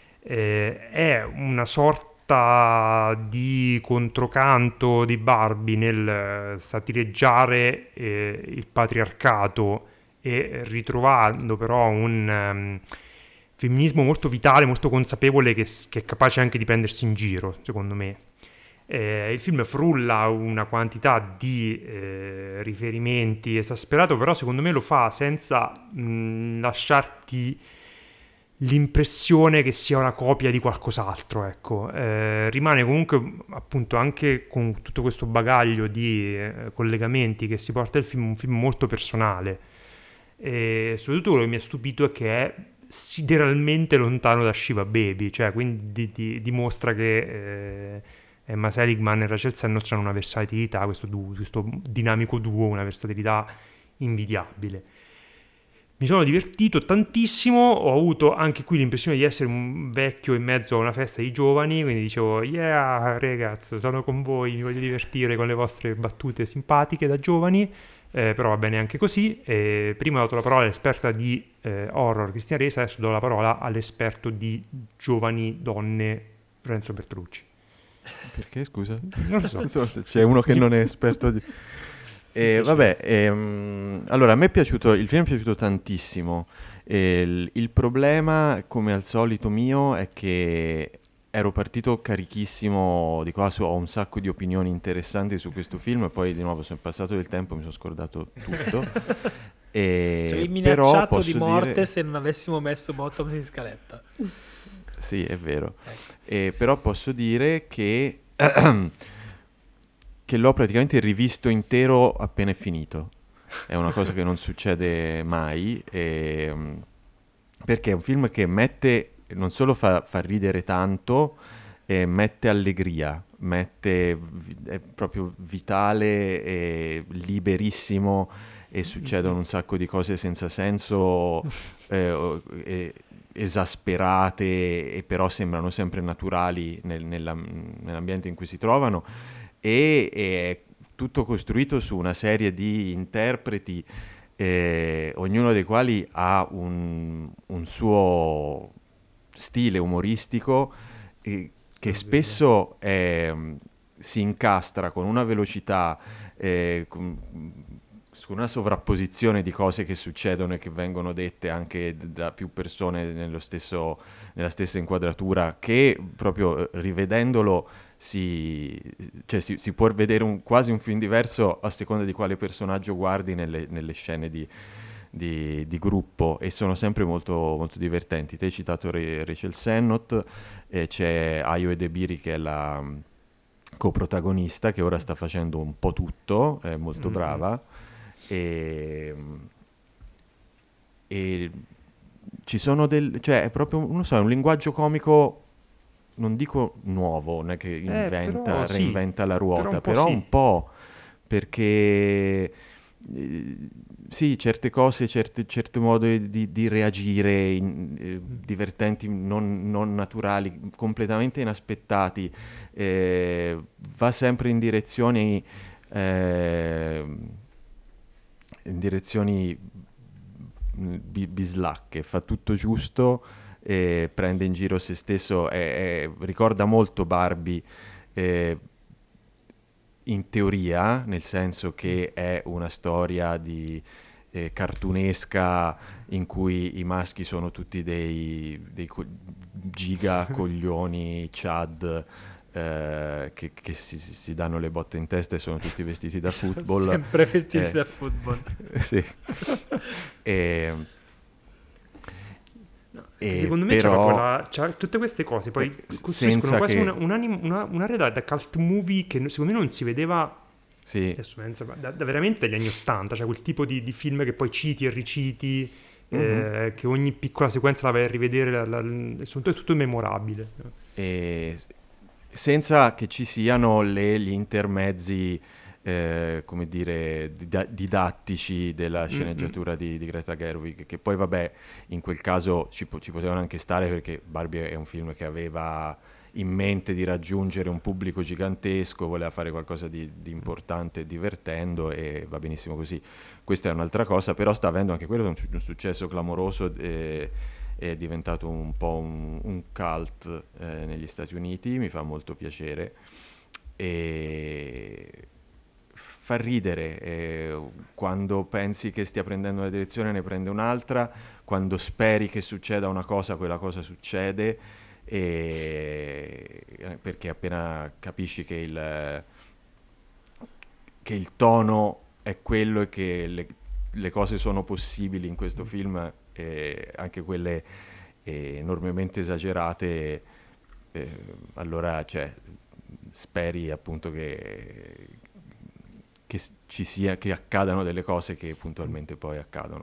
È una sorta di controcanto di Barbie nel satireggiare il patriarcato, e ritrovando però un femminismo molto vitale, molto consapevole, che è capace anche di prendersi in giro, secondo me. Il film frulla una quantità di riferimenti esasperato, però secondo me lo fa senza lasciarti l'impressione che sia una copia di qualcos'altro, ecco. Rimane comunque, appunto, anche con tutto questo bagaglio di collegamenti che si porta il film, un film molto personale, e soprattutto quello che mi ha stupito è che è sideralmente lontano da Shiva Baby, cioè quindi dimostra che Emma Seligman e Rachel Sennott hanno una versatilità, questo dinamico duo, una versatilità invidiabile. Mi sono divertito tantissimo, ho avuto anche qui l'impressione di essere un vecchio in mezzo a una festa di giovani, quindi dicevo, yeah ragazzi, sono con voi, mi voglio divertire con le vostre battute simpatiche da giovani, però va bene anche così. Prima ho dato la parola all'esperta di horror Cristina Resa, adesso do la parola all'esperto di giovani donne Renzo Bertolucci. Perché, scusa? Non lo so. C'è uno che non è esperto di... allora, a me il film è piaciuto tantissimo. Il problema, come al solito mio, è che ero partito carichissimo, dico, ho un sacco di opinioni interessanti su questo film, poi di nuovo sono passato del tempo, mi sono scordato tutto. Ci avevi però minacciato di morte dire... se non avessimo messo Bottoms in scaletta. Sì, è vero. Però posso dire che l'ho praticamente rivisto intero appena è finito. È una cosa che non succede mai, perché è un film che non solo fa ridere tanto, mette allegria, è proprio vitale e liberissimo, e succedono un sacco di cose senza senso, esasperate, e però sembrano sempre naturali nell'ambiente in cui si trovano, e è tutto costruito su una serie di interpreti ognuno dei quali ha un suo stile umoristico che spesso si incastra con una velocità, con una sovrapposizione di cose che succedono e che vengono dette anche da più persone nella stessa inquadratura, che proprio rivedendolo si può vedere quasi un film diverso a seconda di quale personaggio guardi nelle scene di gruppo, e sono sempre molto, molto divertenti. Te hai citato Rachel Sennott, c'è Ayo Edebiri che è la coprotagonista, che ora sta facendo un po' tutto, è molto brava, e ci sono cioè è proprio, non so, è un linguaggio comico, non dico nuovo, non è che reinventa la ruota, però un po', perché sì, certe cose, certi modi di reagire divertenti, non naturali, completamente inaspettati, va sempre in direzioni bislacche, fa tutto giusto, prende in giro se stesso, ricorda molto Barbie, in teoria, nel senso che è una storia cartunesca in cui i maschi sono tutti dei giga coglioni Chad, che si danno le botte in testa e sono tutti vestiti da football. Sempre vestiti da football. Sì. Secondo me però, c'ha tutte queste cose, poi costruiscono quasi un'area da cult movie che secondo me non si vedeva, sì, adesso da veramente dagli anni '80, cioè quel tipo di film che poi citi e riciti, che ogni piccola sequenza la vai a rivedere, è tutto memorabile. Senza che ci siano gli intermezzi, come dire, didattici della sceneggiatura di Greta Gerwig, che poi vabbè, in quel caso ci potevano anche stare, perché Barbie è un film che aveva in mente di raggiungere un pubblico gigantesco, voleva fare qualcosa di importante divertendo, e va benissimo così. Questa è un'altra cosa, però sta avendo anche quello un successo clamoroso, è diventato un po' un cult negli Stati Uniti, mi fa molto piacere, e fa ridere, quando pensi che stia prendendo una direzione ne prende un'altra, quando speri che succeda una cosa quella cosa succede, perché appena capisci che il tono è quello e che le cose sono possibili in questo film, anche quelle enormemente esagerate, allora speri appunto che che accadano delle cose che puntualmente poi accadono.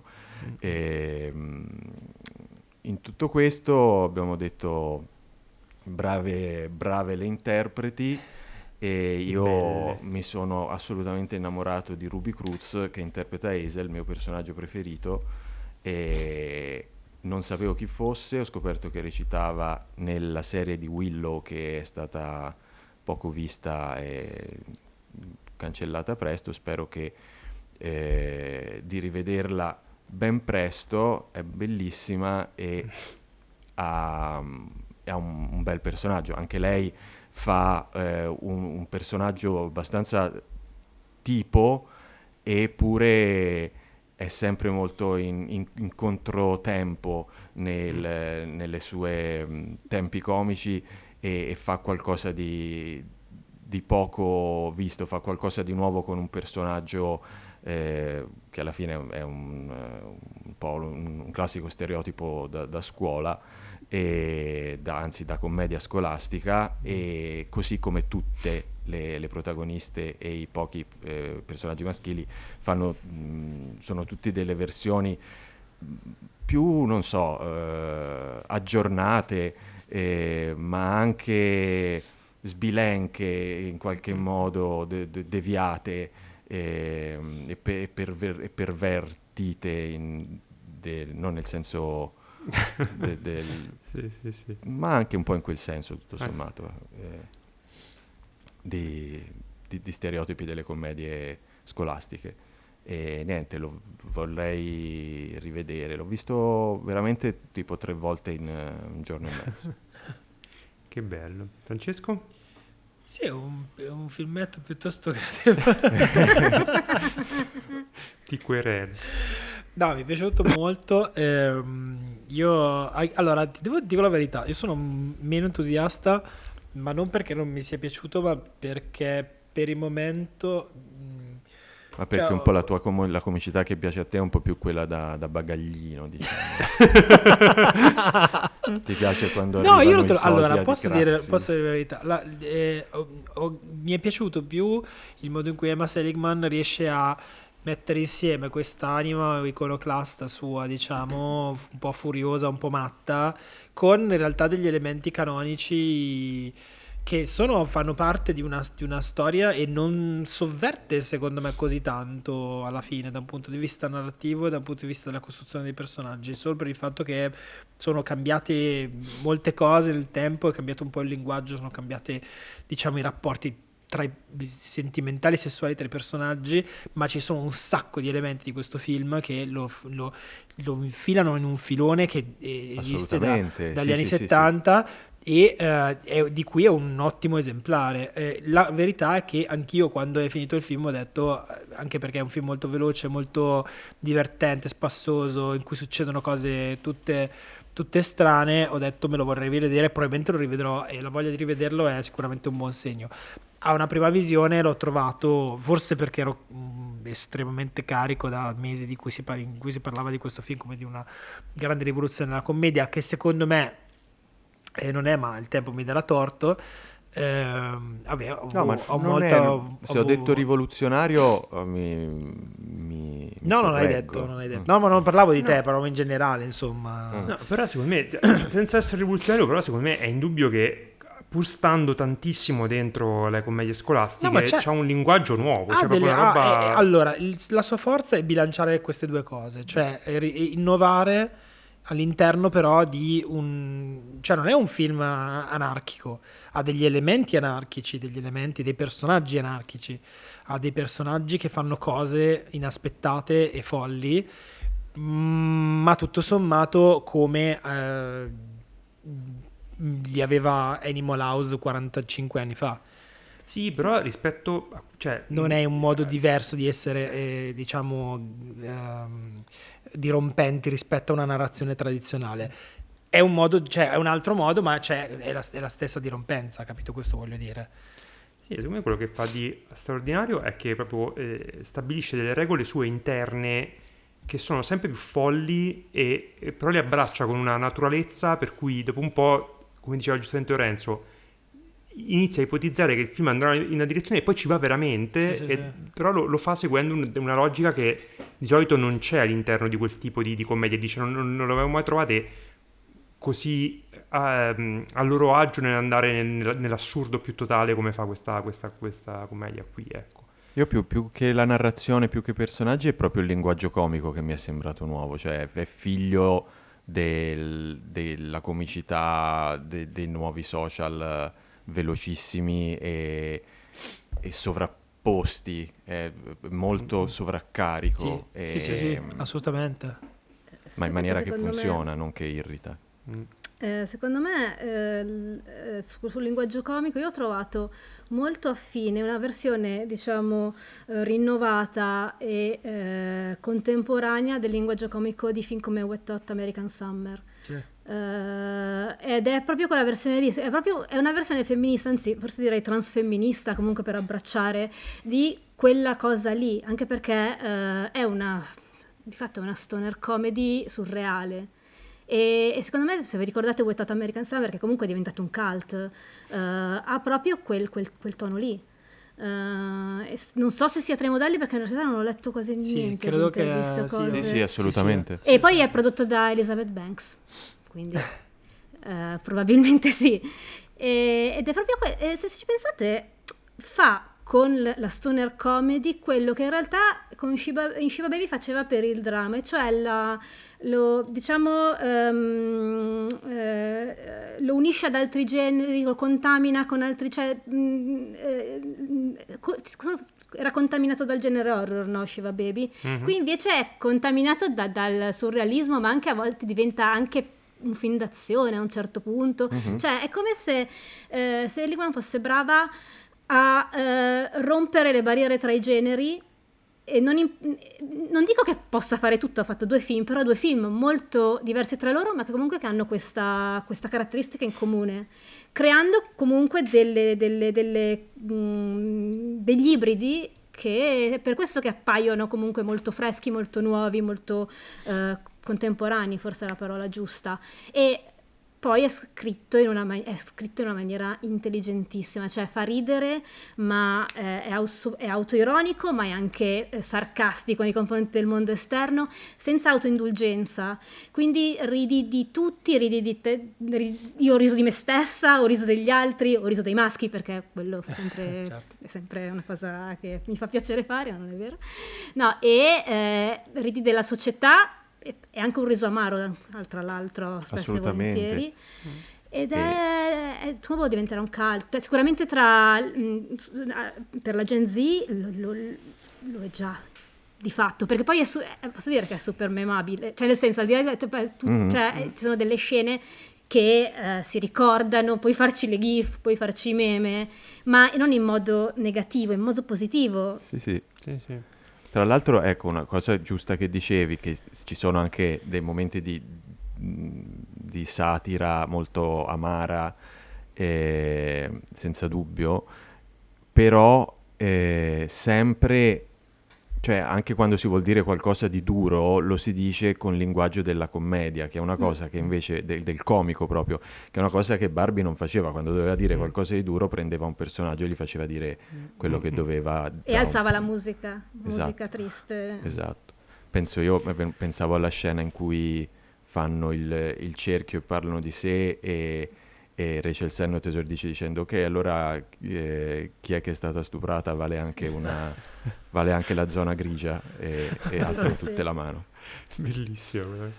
In tutto questo abbiamo detto brave le interpreti, e io mi sono assolutamente innamorato di Ruby Cruz, che interpreta Hazel, il mio personaggio preferito, e non sapevo chi fosse, ho scoperto che recitava nella serie di Willow, che è stata poco vista e cancellata presto. Spero che di rivederla ben presto, è bellissima e ha un bel personaggio. Anche lei fa un personaggio abbastanza tipo, eppure è sempre molto in controtempo nelle sue tempi comici, e fa qualcosa di poco visto, fa qualcosa di nuovo con un personaggio che alla fine è un po' un classico stereotipo da scuola, anzi da commedia scolastica, e così come tutte le protagoniste e i pochi personaggi maschili sono tutti delle versioni più, non so, aggiornate, ma anche sbilenche in qualche modo, deviate, e pervertite, non nel senso sì. ma anche un po' in quel senso, tutto sommato, di stereotipi delle commedie scolastiche. e niente, lo vorrei rivedere. L'ho visto veramente tipo 3 volte in un giorno e mezzo. Che bello. Francesco? Sì, è un filmetto piuttosto gradevole. Ti querelo. No, mi è piaciuto molto. Allora, ti dico la verità, io sono meno entusiasta, ma non perché non mi sia piaciuto, ma perché per il momento... Ma perché un po' la tua la comicità che piace a te è un po' più quella da bagaglino, diciamo. Ti piace quando arrivano i sosia allora, di posso dire Craxi? la verità. Mi è piaciuto più il modo in cui Emma Seligman riesce a mettere insieme quest'anima iconoclasta sua, diciamo, un po' furiosa, un po' matta, con in realtà degli elementi canonici che fanno parte di una storia e non sovverte, secondo me, così tanto alla fine, da un punto di vista narrativo e da un punto di vista della costruzione dei personaggi, solo per il fatto che sono cambiate molte cose nel tempo, è cambiato un po' il linguaggio, sono cambiate, diciamo, i rapporti sentimentali e sessuali tra i personaggi, ma ci sono un sacco di elementi di questo film che lo infilano in un filone che esiste dagli anni 70. Sì. E di cui è un ottimo esemplare. La verità è che anch'io, quando è finito il film, ho detto, anche perché è un film molto veloce, molto divertente, spassoso, in cui succedono cose tutte strane, ho detto me lo vorrei rivedere, probabilmente lo rivedrò, e la voglia di rivederlo è sicuramente un buon segno. A una prima visione l'ho trovato, forse perché ero estremamente carico da mesi in cui si parlava di questo film come di una grande rivoluzione della commedia, che secondo me non è, ma il tempo mi darà torto. Vabbè, se ho detto rivoluzionario non hai detto. No, ma non parlavo di te, parlavo in generale, insomma. No, però secondo me, senza essere rivoluzionario, però secondo me è indubbio che, pur stando tantissimo dentro le commedie scolastiche, c'ha un linguaggio nuovo, c'è proprio una roba... allora, la sua forza è bilanciare queste due cose, cioè innovare all'interno però di cioè non è un film anarchico, ha degli elementi anarchici, dei personaggi anarchici, ha dei personaggi che fanno cose inaspettate e folli, ma tutto sommato come li aveva Animal House 45 anni fa. Sì, però rispetto... non è un modo diverso di essere, dirompenti rispetto a una narrazione tradizionale. È un modo, cioè è un altro modo, ma è la stessa dirompenza, capito? Questo voglio dire. Sì, secondo me quello che fa di straordinario è che proprio stabilisce delle regole sue interne che sono sempre più folli e però le abbraccia con una naturalezza per cui dopo un po', come diceva giustamente Lorenzo, inizia a ipotizzare che il film andrà in una direzione e poi ci va veramente, sì. Però lo fa seguendo una logica che di solito non c'è all'interno di quel tipo di commedia. Dice non l'avevamo mai trovate così a loro agio nell'andare nell'assurdo più totale come fa questa commedia qui, ecco. Io più che la narrazione, più che i personaggi, è proprio il linguaggio comico che mi è sembrato nuovo, cioè è figlio della comicità dei nuovi social velocissimi e sovrapposti, è molto sovraccarico. Sì, assolutamente. Ma in maniera che funziona, non che irrita. Secondo me sul linguaggio comico io ho trovato molto affine una versione, diciamo, rinnovata e contemporanea del linguaggio comico di film come Wet Hot American Summer. Sì. Ed è proprio quella versione lì, è una versione femminista, anzi forse direi transfemminista, comunque, per abbracciare di quella cosa lì, anche perché di fatto è una stoner comedy surreale. E secondo me, se vi ricordate Wet Hot American Summer, che comunque è diventato un cult, ha proprio quel tono lì. Non so se sia tra i modelli, perché in realtà non ho letto quasi niente. Credo che cose. Sì, assolutamente. E poi è prodotto da Elizabeth Banks, quindi probabilmente sì. Ed è proprio se ci pensate, fa con la stoner comedy quello che in realtà in Shiva Baby faceva per il dramma, e cioè lo unisce ad altri generi, lo contamina con altri, era contaminato dal genere horror, no? Shiva Baby. Qui invece è contaminato dal surrealismo, ma anche a volte diventa anche un film d'azione a un certo punto. Cioè è come se Seligman fosse brava a rompere le barriere tra i generi, e non dico che possa fare tutto, ha fatto 2 film, però 2 film molto diversi tra loro, ma che comunque che hanno questa caratteristica in comune, creando comunque degli ibridi che per questo che appaiono comunque molto freschi, molto nuovi, molto contemporanei, forse è la parola giusta. E poi è scritto in una maniera intelligentissima, cioè fa ridere, ma è autoironico, ma è anche sarcastico nei confronti del mondo esterno, senza autoindulgenza. Quindi ridi di tutti, ridi di te. Io ho riso di me stessa, ho riso degli altri, ho riso dei maschi, perché quello Certo. è sempre una cosa che mi fa piacere fare, ma non è vero. No, e ridi della società. È anche un riso amaro, tra l'altro, spesso e volentieri. Ed il tuo diventerà un cult. Sicuramente per la Gen Z lo è già di fatto, perché poi posso dire che è super memabile, cioè nel senso, al di là cioè, ci sono delle scene che si ricordano, puoi farci le gif, puoi farci i meme, ma non in modo negativo, in modo positivo. Sì. Sì. Tra l'altro, ecco, una cosa giusta che dicevi, che ci sono anche dei momenti di satira molto amara, senza dubbio, però sempre, cioè anche quando si vuol dire qualcosa di duro, lo si dice con il linguaggio della commedia, che è una cosa che invece, del comico proprio, che è una cosa che Barbie non faceva. Quando doveva dire qualcosa di duro, prendeva un personaggio e gli faceva dire quello che doveva. E alzava la musica Esatto. triste. Esatto. Pensavo alla scena in cui fanno il cerchio e parlano di sé, e Rachel Sennott esordisce dicendo: ok, allora chi è che è stata stuprata vale anche la zona grigia, e alzano tutte la mano. Bellissimo.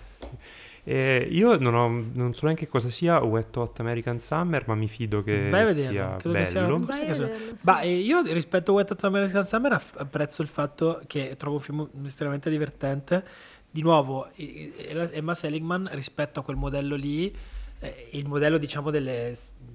Io non so neanche cosa sia Wet Hot American Summer, ma mi fido che Vai a sia vederlo, credo che sia bello. una cosa Vai a che vederlo, sì. Ma io rispetto a Wet Hot American Summer apprezzo il fatto che trovo un film estremamente divertente. Di nuovo, Emma Seligman, rispetto a quel modello lì, il modello, diciamo, delle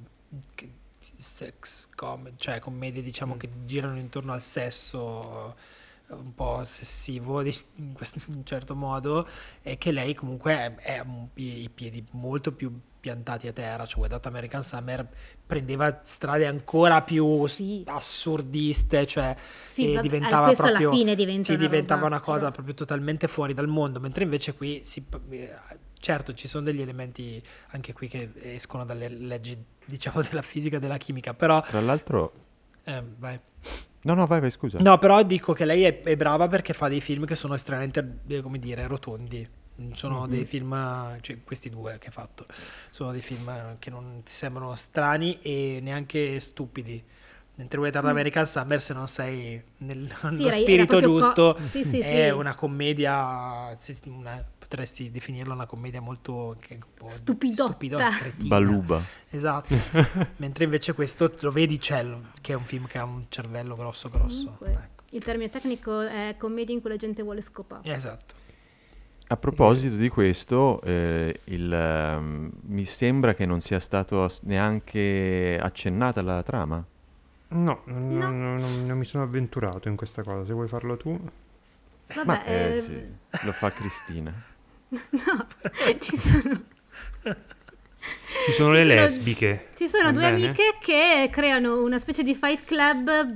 cioè commedie, diciamo, che girano intorno al sesso, un po' ossessivo in un certo modo, è che lei comunque è i piedi molto più piantati a terra. Cioè Wet Hot American Summer prendeva strade ancora più assurdiste, cioè diventava questo proprio, alla fine diventava una cosa proprio totalmente fuori dal mondo, mentre invece qui certo ci sono degli elementi anche qui che escono dalle leggi, diciamo, della fisica e della chimica, però Tra l'altro... vai. No, vai, scusa. No, però dico che lei è brava perché fa dei film che sono estremamente, come dire, rotondi. Sono dei film, cioè questi 2 che ha fatto, sono dei film che non ti sembrano strani e neanche stupidi. Mentre Wet Hot American Summer, se non sei nello spirito giusto, è una commedia, potresti definirla una commedia molto stupidotta, cretina. Baluba. Esatto. Mentre invece questo lo vedi, che è un film che ha un cervello grosso. Ecco. Il termine tecnico è commedia in cui la gente vuole scopare. Esatto. A proposito di questo, mi sembra che non sia stato neanche accennata la trama. No, non mi sono avventurato in questa cosa. Se vuoi farlo tu. Vabbè, Ma sì, lo fa Cristina. No, ci sono le lesbiche. Ci sono Va 2 bene? amiche che creano una specie di fight club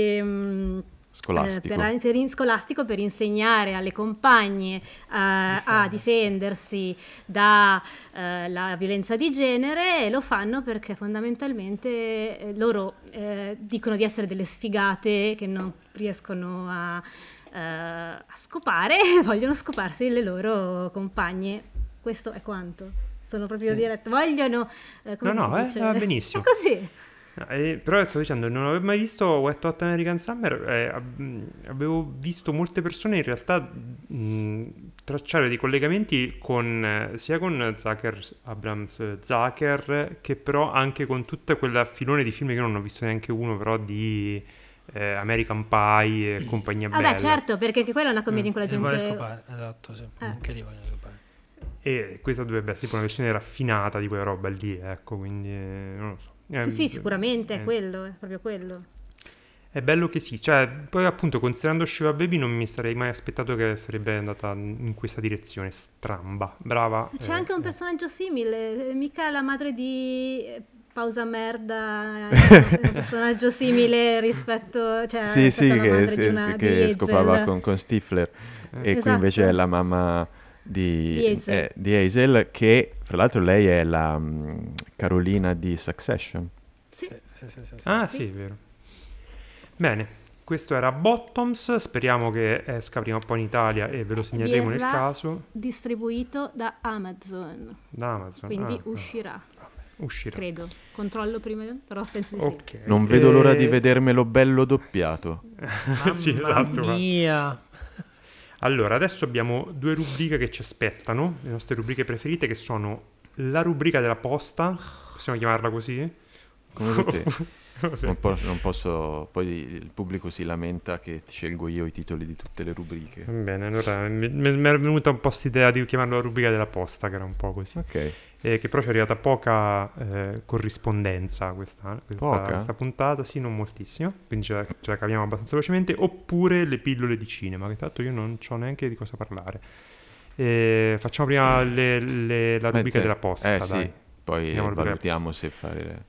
scolastico per insegnare alle compagne a difendersi dalla violenza di genere, e lo fanno perché fondamentalmente loro dicono di essere delle sfigate che non riescono a scopare e vogliono scoparsi le loro compagne. Questo è quanto. Sono proprio diretto. Vogliono va benissimo. È così. Però stavo dicendo, non avevo mai visto Wet Hot American Summer, avevo visto molte persone in realtà tracciare dei collegamenti sia con Abrams Zucker, che però anche con tutta quella filone di film che io non ho visto neanche uno, però di American Pie e compagnia bella. Vabbè, certo, perché anche quella è una commedia in cui la E vuole gente... scopare, esatto, sì. Anche lì vogliono scopare. E questa dovrebbe essere tipo una versione raffinata di quella roba lì, ecco, quindi non lo so. Sì, sicuramente è quello, è proprio quello. È bello che sì, cioè poi appunto considerando Shiva Baby non mi sarei mai aspettato che sarebbe andata in questa direzione, stramba, brava. C'è anche un personaggio simile, mica la madre di Pausa Merda, è un personaggio simile rispetto, cioè, Sì, rispetto alla madre di una che di scopava Hazel. con Stifler. E qui Esatto. invece è la mamma di Hazel. che fra l'altro lei è la Carolina di Succession. Sì. Ah Sì. sì, è vero. Bene, questo era Bottoms, speriamo che esca prima o poi in Italia e ve lo segnaleremo nel Verrà caso. distribuito da Amazon, Da Amazon. quindi uscirà, Uscirà. credo. Controllo prima, però penso di sì. Ok. Non vedo l'ora di vedermelo bello doppiato. Sì, esatto. Mamma mia! Allora, adesso abbiamo 2 rubriche che ci aspettano, le nostre rubriche preferite, che sono la rubrica della posta, possiamo chiamarla così? Come per te. Non posso, poi il pubblico si lamenta che scelgo io i titoli di tutte le rubriche. Bene, allora mi è venuta un po' quest'idea di chiamarla la rubrica della posta, che era un po' così. Ok. Che però ci è arrivata poca corrispondenza questa puntata, sì, non moltissima, quindi ce la caviamo abbastanza velocemente. Oppure le pillole di cinema, che tanto io non so neanche di cosa parlare. Facciamo prima la rubrica della posta, dai. Sì, poi Andiamo alla valutiamo se fare...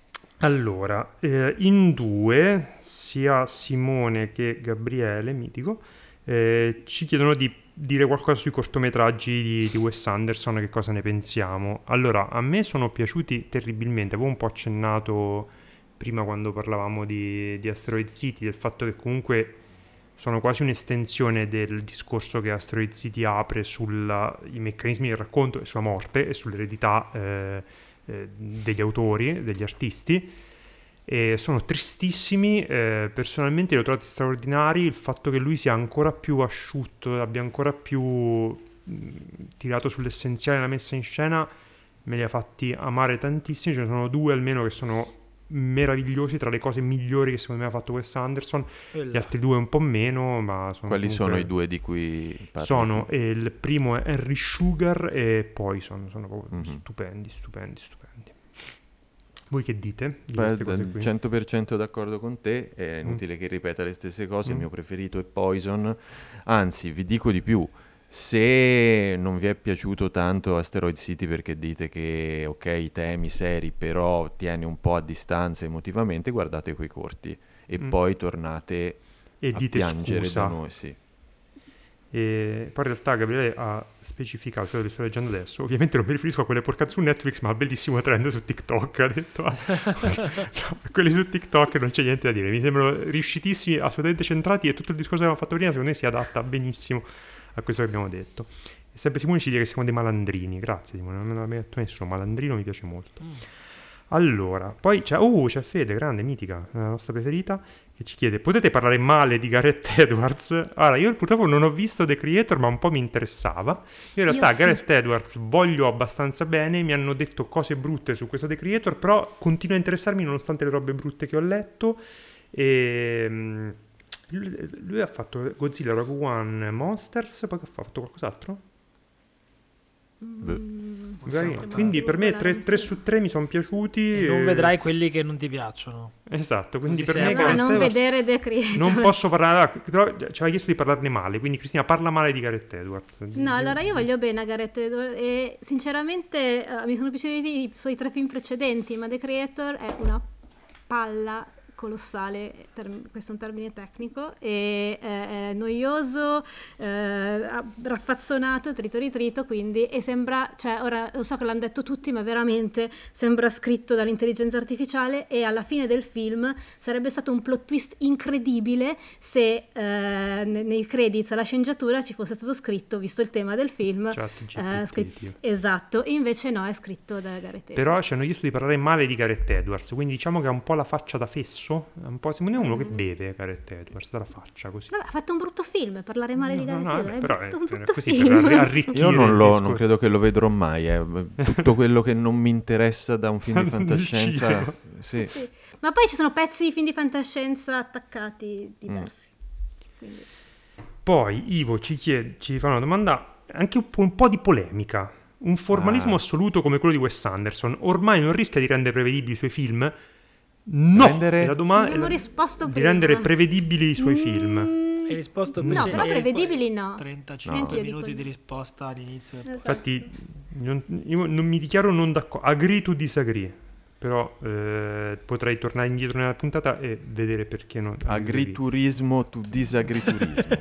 Allora, in 2, sia Simone che Gabriele, mitico, ci chiedono di dire qualcosa sui cortometraggi di Wes Anderson, che cosa ne pensiamo. Allora, a me sono piaciuti terribilmente, avevo un po' accennato prima quando parlavamo di Asteroid City, del fatto che comunque sono quasi un'estensione del discorso che Asteroid City apre sui meccanismi del racconto e sulla morte e sull'eredità degli autori, degli artisti, e sono tristissimi. Personalmente li ho trovati straordinari, il fatto che lui sia ancora più asciutto, abbia ancora più tirato sull'essenziale la messa in scena, me li ha fatti amare tantissimo. Ce ne sono 2 almeno che sono meravigliosi, tra le cose migliori che secondo me ha fatto Wes Anderson. Gli altri 2 un po' meno, ma sono Quali comunque... sono i 2 di cui parli? Sono il primo è Henry Sugar e Poison, sono proprio stupendi. Voi che dite di queste cose qui? 100% d'accordo con te, è inutile che ripeta le stesse cose, il mio preferito è Poison, anzi vi dico di più, se non vi è piaciuto tanto Asteroid City perché dite che ok i temi seri però tiene un po' a distanza emotivamente, guardate quei corti e poi tornate e a dite piangere scusa. da noi, sì. E poi in realtà Gabriele ha specificato, quello che sto leggendo adesso, ovviamente non mi riferisco a quelle porcate su Netflix, ma al bellissimo trend su TikTok, ha detto. No, per quelli su TikTok non c'è niente da dire, mi sembrano riuscitissimi, assolutamente centrati, e tutto il discorso che abbiamo fatto prima secondo me si adatta benissimo a questo che abbiamo detto. E sempre Simone ci dice che siamo dei malandrini, grazie Simone, non me l'ha detto nessuno, malandrino mi piace molto. Allora, poi c'è Fede, grande, mitica, la nostra preferita, che ci chiede: potete parlare male di Gareth Edwards? Allora, io purtroppo non ho visto The Creator, ma un po' mi interessava. Io in realtà Gareth Edwards voglio abbastanza bene, mi hanno detto cose brutte su questo The Creator, però continua a interessarmi nonostante le robe brutte che ho letto. E lui ha fatto Godzilla Rogue One, Monsters, poi ha fatto qualcos'altro? Quindi per me 3 su 3 mi sono piaciuti. E non vedrai quelli che non ti piacciono. Esatto, quindi Così per me allora non vedere The Creator. non posso parlare, però ci aveva chiesto di parlarne male, quindi Cristina parla male di Gareth Edwards. No, allora io voglio bene a Gareth Edwards e sinceramente mi sono piaciuti i suoi 3 film precedenti, ma The Creator è una palla colossale, questo è un termine tecnico, e è noioso, raffazzonato, trito, quindi, e sembra, cioè ora lo so che l'hanno detto tutti, ma veramente sembra scritto dall'intelligenza artificiale, e alla fine del film sarebbe stato un plot twist incredibile se nei credits alla sceneggiatura ci fosse stato scritto, visto il tema del film, esatto, e invece no, è scritto da Gareth Edwards. Però ci hanno chiesto di parlare male di Gareth Edwards, quindi diciamo che ha un po' la faccia da fesso, grosso, un po', secondo me uno che beve Gareth Edwards, dalla faccia così. Vabbè, ha fatto un brutto film, parlare male di Gareth Edwards, però è è un brutto così film. per arricchire Io non il non discorso. credo che lo vedrò mai. Tutto quello che non mi interessa da un film di Stanno nel fantascienza. cinema. Sì. Sì. Ma poi ci sono pezzi di film di fantascienza attaccati diversi. Quindi. Poi Ivo ci fa una domanda anche un po' di polemica. Un formalismo assoluto come quello di Wes Anderson ormai non rischia di rendere prevedibili i suoi film? No! Rendere- È la domanda Abbiamo risposto di prima. rendere prevedibili i suoi film. Hai risposto No, però ieri, prevedibili poi no. 35 Neanch'io minuti dico di no. risposta all'inizio. Esatto. Infatti io non mi dichiaro non d'accordo, agree to disagree, però potrei tornare indietro nella puntata e vedere perché non. Agriturismo to disagriturismo.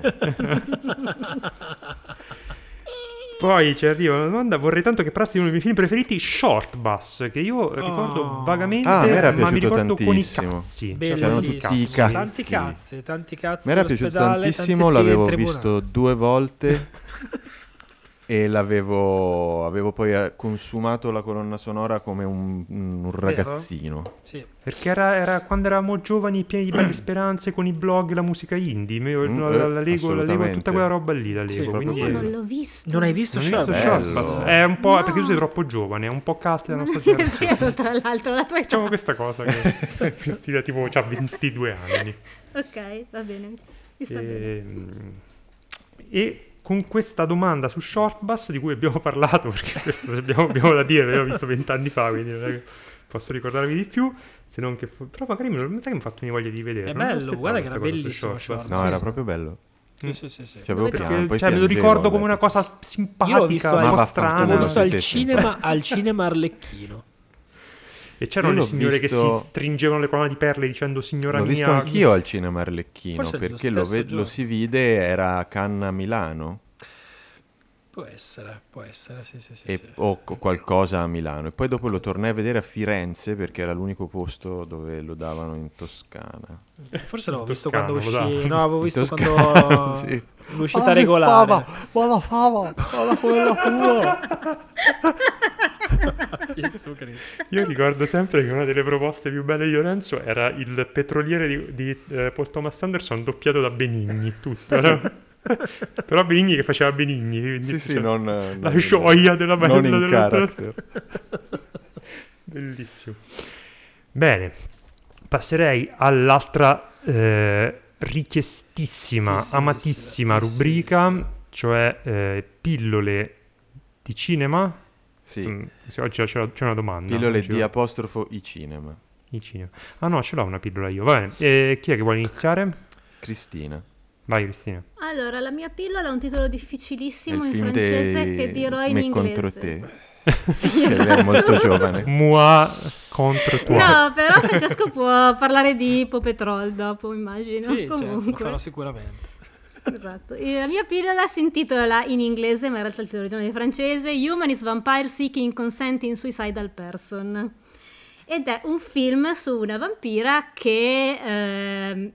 Poi ci arriva una domanda, vorrei tanto che parlassi di uno dei miei film preferiti, Short Bus, che io ricordo vagamente, Ah, a me era ma mi piaciuto ricordo con i tantissimo. cazzi. C'erano tutti i cazzi. Tanti cazzi. Mi era piaciuto all'ospedale, tantissimo, tante fighe in l'avevo tribunale. visto 2 volte e avevo poi consumato la colonna sonora come un ragazzino. Sì. Perché era quando eravamo giovani, pieni di belle speranze, con i blog e la musica indie. La Lego, tutta quella roba lì, la Sì, Lego. proprio Quindi Io non l'ho visto. Non hai visto non hai visto Sharp? Bello. Short Bus? È un po' No. perché tu sei troppo giovane, è un po' cult della nostra È generazione. vero, tra l'altro, la tua età. Facciamo questa cosa che Cristina tipo ha 22 anni. Ok, va bene, mi sta bene. E con questa domanda su Short Bus, di cui abbiamo parlato, perché questo abbiamo da dire, l'abbiamo visto 20 anni fa, quindi non è che posso ricordarvi di più, se non che però magari non sai che mi ha fatto venire voglia di vedere. È non me bello, l'aspettavo guarda che questa era cosa su bellissimo Short Bus. No, era proprio bello. Sì. Cioè, avevo Dove piano, poi Perché, me lo piangevo ricordo come una all'epoca. cosa simpatica, Io l'ho visto un po' Ma vaffanculo, strana. L'ho visto siete al cinema Arlecchino. E c'erano Io le l'ho signore visto- che si stringevano le colonne di perle dicendo signora L'ho mia. visto anch'io al cinema Arlecchino, Forse è lo perché stesso lo giorno. si vide, era a Cannes a Milano Può essere, sì. o qualcosa a Milano. E poi dopo lo tornai a vedere a Firenze perché era l'unico posto dove lo davano in Toscana. Forse l'avevo In visto Toscana, quando lo dà. uscì. No, avevo visto Toscana, quando sì. l'uscita regolare. Ma la fava, quella tua. Gesù Cristo. Io ricordo sempre che una delle proposte più belle di Lorenzo era il petroliere di Paul Thomas Anderson doppiato da Benigni, tutto, no? Però Benigni che faceva Benigni, quindi Sì, cioè, non la gioia della bella non in character. Bellissimo. Bene, passerei all'altra richiestissima, Sì, amatissima sì, rubrica, sì. cioè pillole di cinema. Sì, Sì, oggi c'è una domanda. pillole Oggi di apostrofo i cinema. di cinema. Ah no, ce l'ho una pillola io. Va bene. Chi è che vuole iniziare? Cristina. Vai Cristina. Allora, la mia pillola ha un titolo È difficilissimo il in film francese che dirò in Me inglese. contro te. Sì, Che lei è esatto. molto giovane. Moi contro toi. No, però Francesco può parlare di Paw Patrol dopo, immagino. Sì, certo, lo Comunque. farò sicuramente. Esatto. E la mia pillola si intitola in inglese, ma in realtà il titolo originale è francese, Humanist Vampire Seeking Consenting Suicidal Person. Ed è un film su una vampira che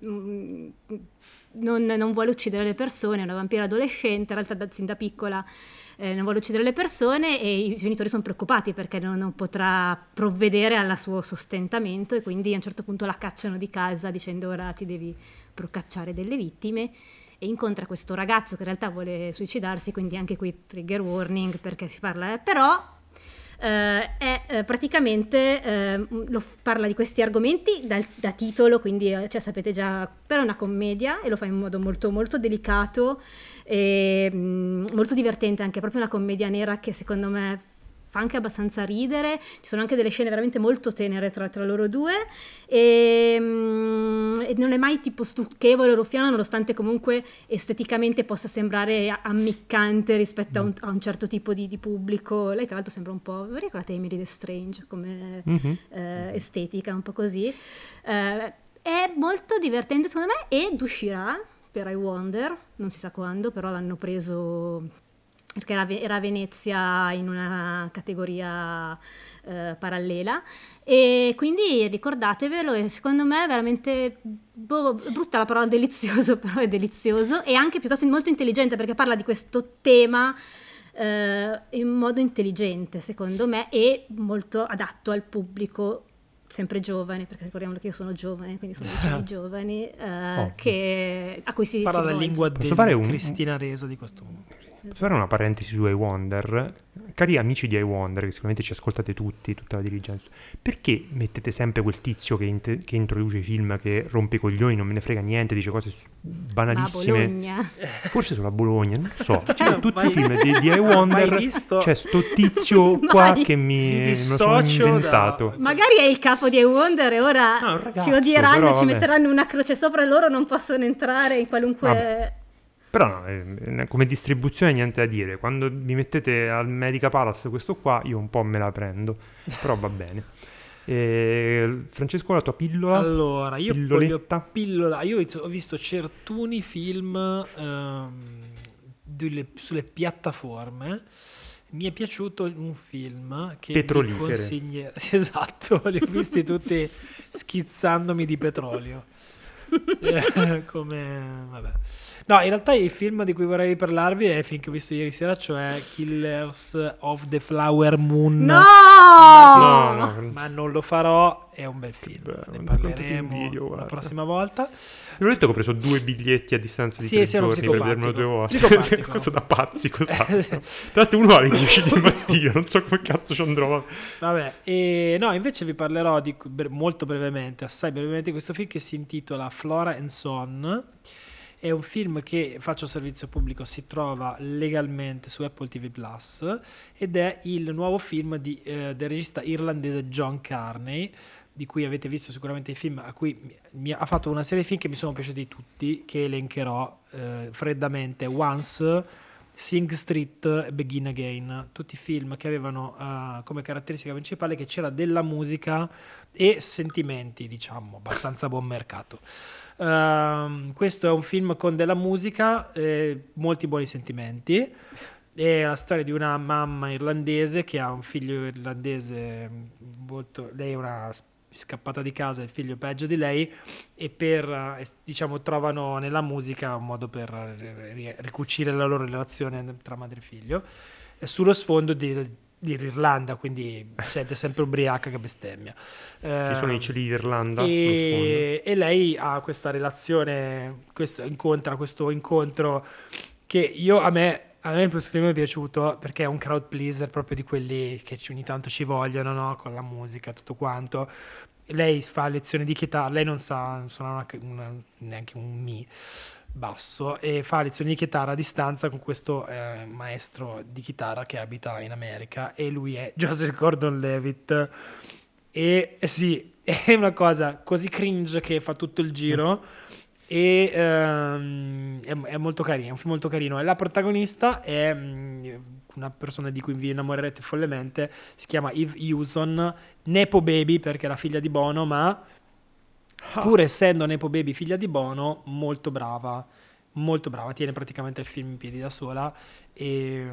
non vuole uccidere le persone, è una vampira adolescente, in realtà sin da piccola non vuole uccidere le persone e i genitori sono preoccupati perché non potrà provvedere al suo sostentamento e quindi a un certo punto la cacciano di casa dicendo ora ti devi procacciare delle vittime e incontra questo ragazzo che in realtà vuole suicidarsi, quindi anche qui trigger warning perché si parla, però praticamente parla di questi argomenti da titolo, quindi cioè, sapete già, però è una commedia e lo fa in modo molto molto delicato e molto divertente, anche proprio una commedia nera che secondo me fa anche abbastanza ridere, ci sono anche delle scene veramente molto tenere tra loro due e non è mai tipo stucchevole o ruffiano, nonostante comunque esteticamente possa sembrare ammiccante rispetto a un certo tipo di pubblico. Lei tra l'altro sembra un po', vi ricordate Emily the Strange come estetica, un po' così. È molto divertente secondo me ed uscirà per I Wonder, non si sa quando, però l'hanno preso perché era a Venezia in una categoria parallela e quindi ricordatevelo e secondo me è veramente brutta la parola delizioso, però è delizioso e anche piuttosto molto intelligente perché parla di questo tema in modo intelligente secondo me e molto adatto al pubblico sempre giovane, perché ricordiamo che io sono giovane, quindi sono vicini giovani, a cui si parla la rivolge. lingua Posso fare di un- Cristina Resa di questo mondo. Posso fare una parentesi su I Wonder? Cari amici di I Wonder, che sicuramente ci ascoltate tutti, tutta la dirigenza, perché mettete sempre quel tizio che introduce i film, che rompe i coglioni, non me ne frega niente, dice cose banalissime? Ma Bologna. Forse sulla Bologna, non so. Cioè, Tutti mai- i film di I mai Wonder visto? c'è sto tizio qua Mai. che Mi me lo sono dissocio inventato. Magari è il capo di I Wonder e ora No, è un ragazzo, ci odieranno, però, ci vabbè. metteranno una croce sopra e loro non possono entrare in qualunque... Vabbè. Però no, come distribuzione niente da dire. Quando mi mettete al Medica Palace questo qua, io un po' me la prendo, però va bene. Francesco, la tua pillola? Allora, io Pilloletta? pillola. Io ho visto certuni film sulle piattaforme. Mi è piaciuto un film che Petrolifere. Sì, esatto, li ho visti tutti schizzandomi di petrolio. Vabbè. No, in realtà il film di cui vorrei parlarvi è il film che ho visto ieri sera, cioè Killers of the Flower Moon. No! No. Ma non lo farò, è un bel film. Bello, Ne quanto ti parleremo invidio, la guarda. prossima volta. Vi ho detto che ho preso 2 biglietti a distanza di Sì, 3 sei uno giorni per vedermelo 2 volte. psicopatico. Cosa da pazzi, cosa. Tra l'altro uno alle 10 di mattina, non so come cazzo ci andrò. Vabbè, e no, invece vi parlerò molto brevemente, assai brevemente, di questo film che si intitola Flora and Son. È un film che, faccio servizio pubblico, si trova legalmente su Apple TV Plus ed è il nuovo film del regista irlandese John Carney, di cui avete visto sicuramente i film, a cui ha fatto una serie di film che mi sono piaciuti tutti, che elencherò freddamente: Once, Sing Street e Begin Again, tutti film che avevano come caratteristica principale che c'era della musica e sentimenti, diciamo, abbastanza a buon mercato. Questo è un film con della musica e molti buoni sentimenti. È la storia di una mamma irlandese che ha un figlio irlandese lei è una scappata di casa, il figlio peggio di lei, e diciamo trovano nella musica un modo per ricucire la loro relazione tra madre e figlio, sullo sfondo dell'Irlanda, quindi gente sempre ubriaca che bestemmia. Ci sono i cieli d'Irlanda. E lei ha questa relazione, incontra questo incontro che a me questo film è piaciuto perché è un crowd pleaser, proprio di quelli che ogni tanto ci vogliono, no? Con la musica, tutto quanto. Lei fa lezioni di chitarra, lei non sa suonare neanche un mi basso, e fa lezioni di chitarra a distanza con questo maestro di chitarra che abita in America, e lui è Joseph Gordon-Levitt. E sì, è una cosa così cringe che fa tutto il giro. E è molto carino, è un film molto carino. E la protagonista è una persona di cui vi innamorerete follemente, si chiama Eve Hewson, Nepo Baby perché è la figlia di Bono, ma pur essendo Nepo Baby figlia di Bono, molto brava, tiene praticamente il film in piedi da sola, e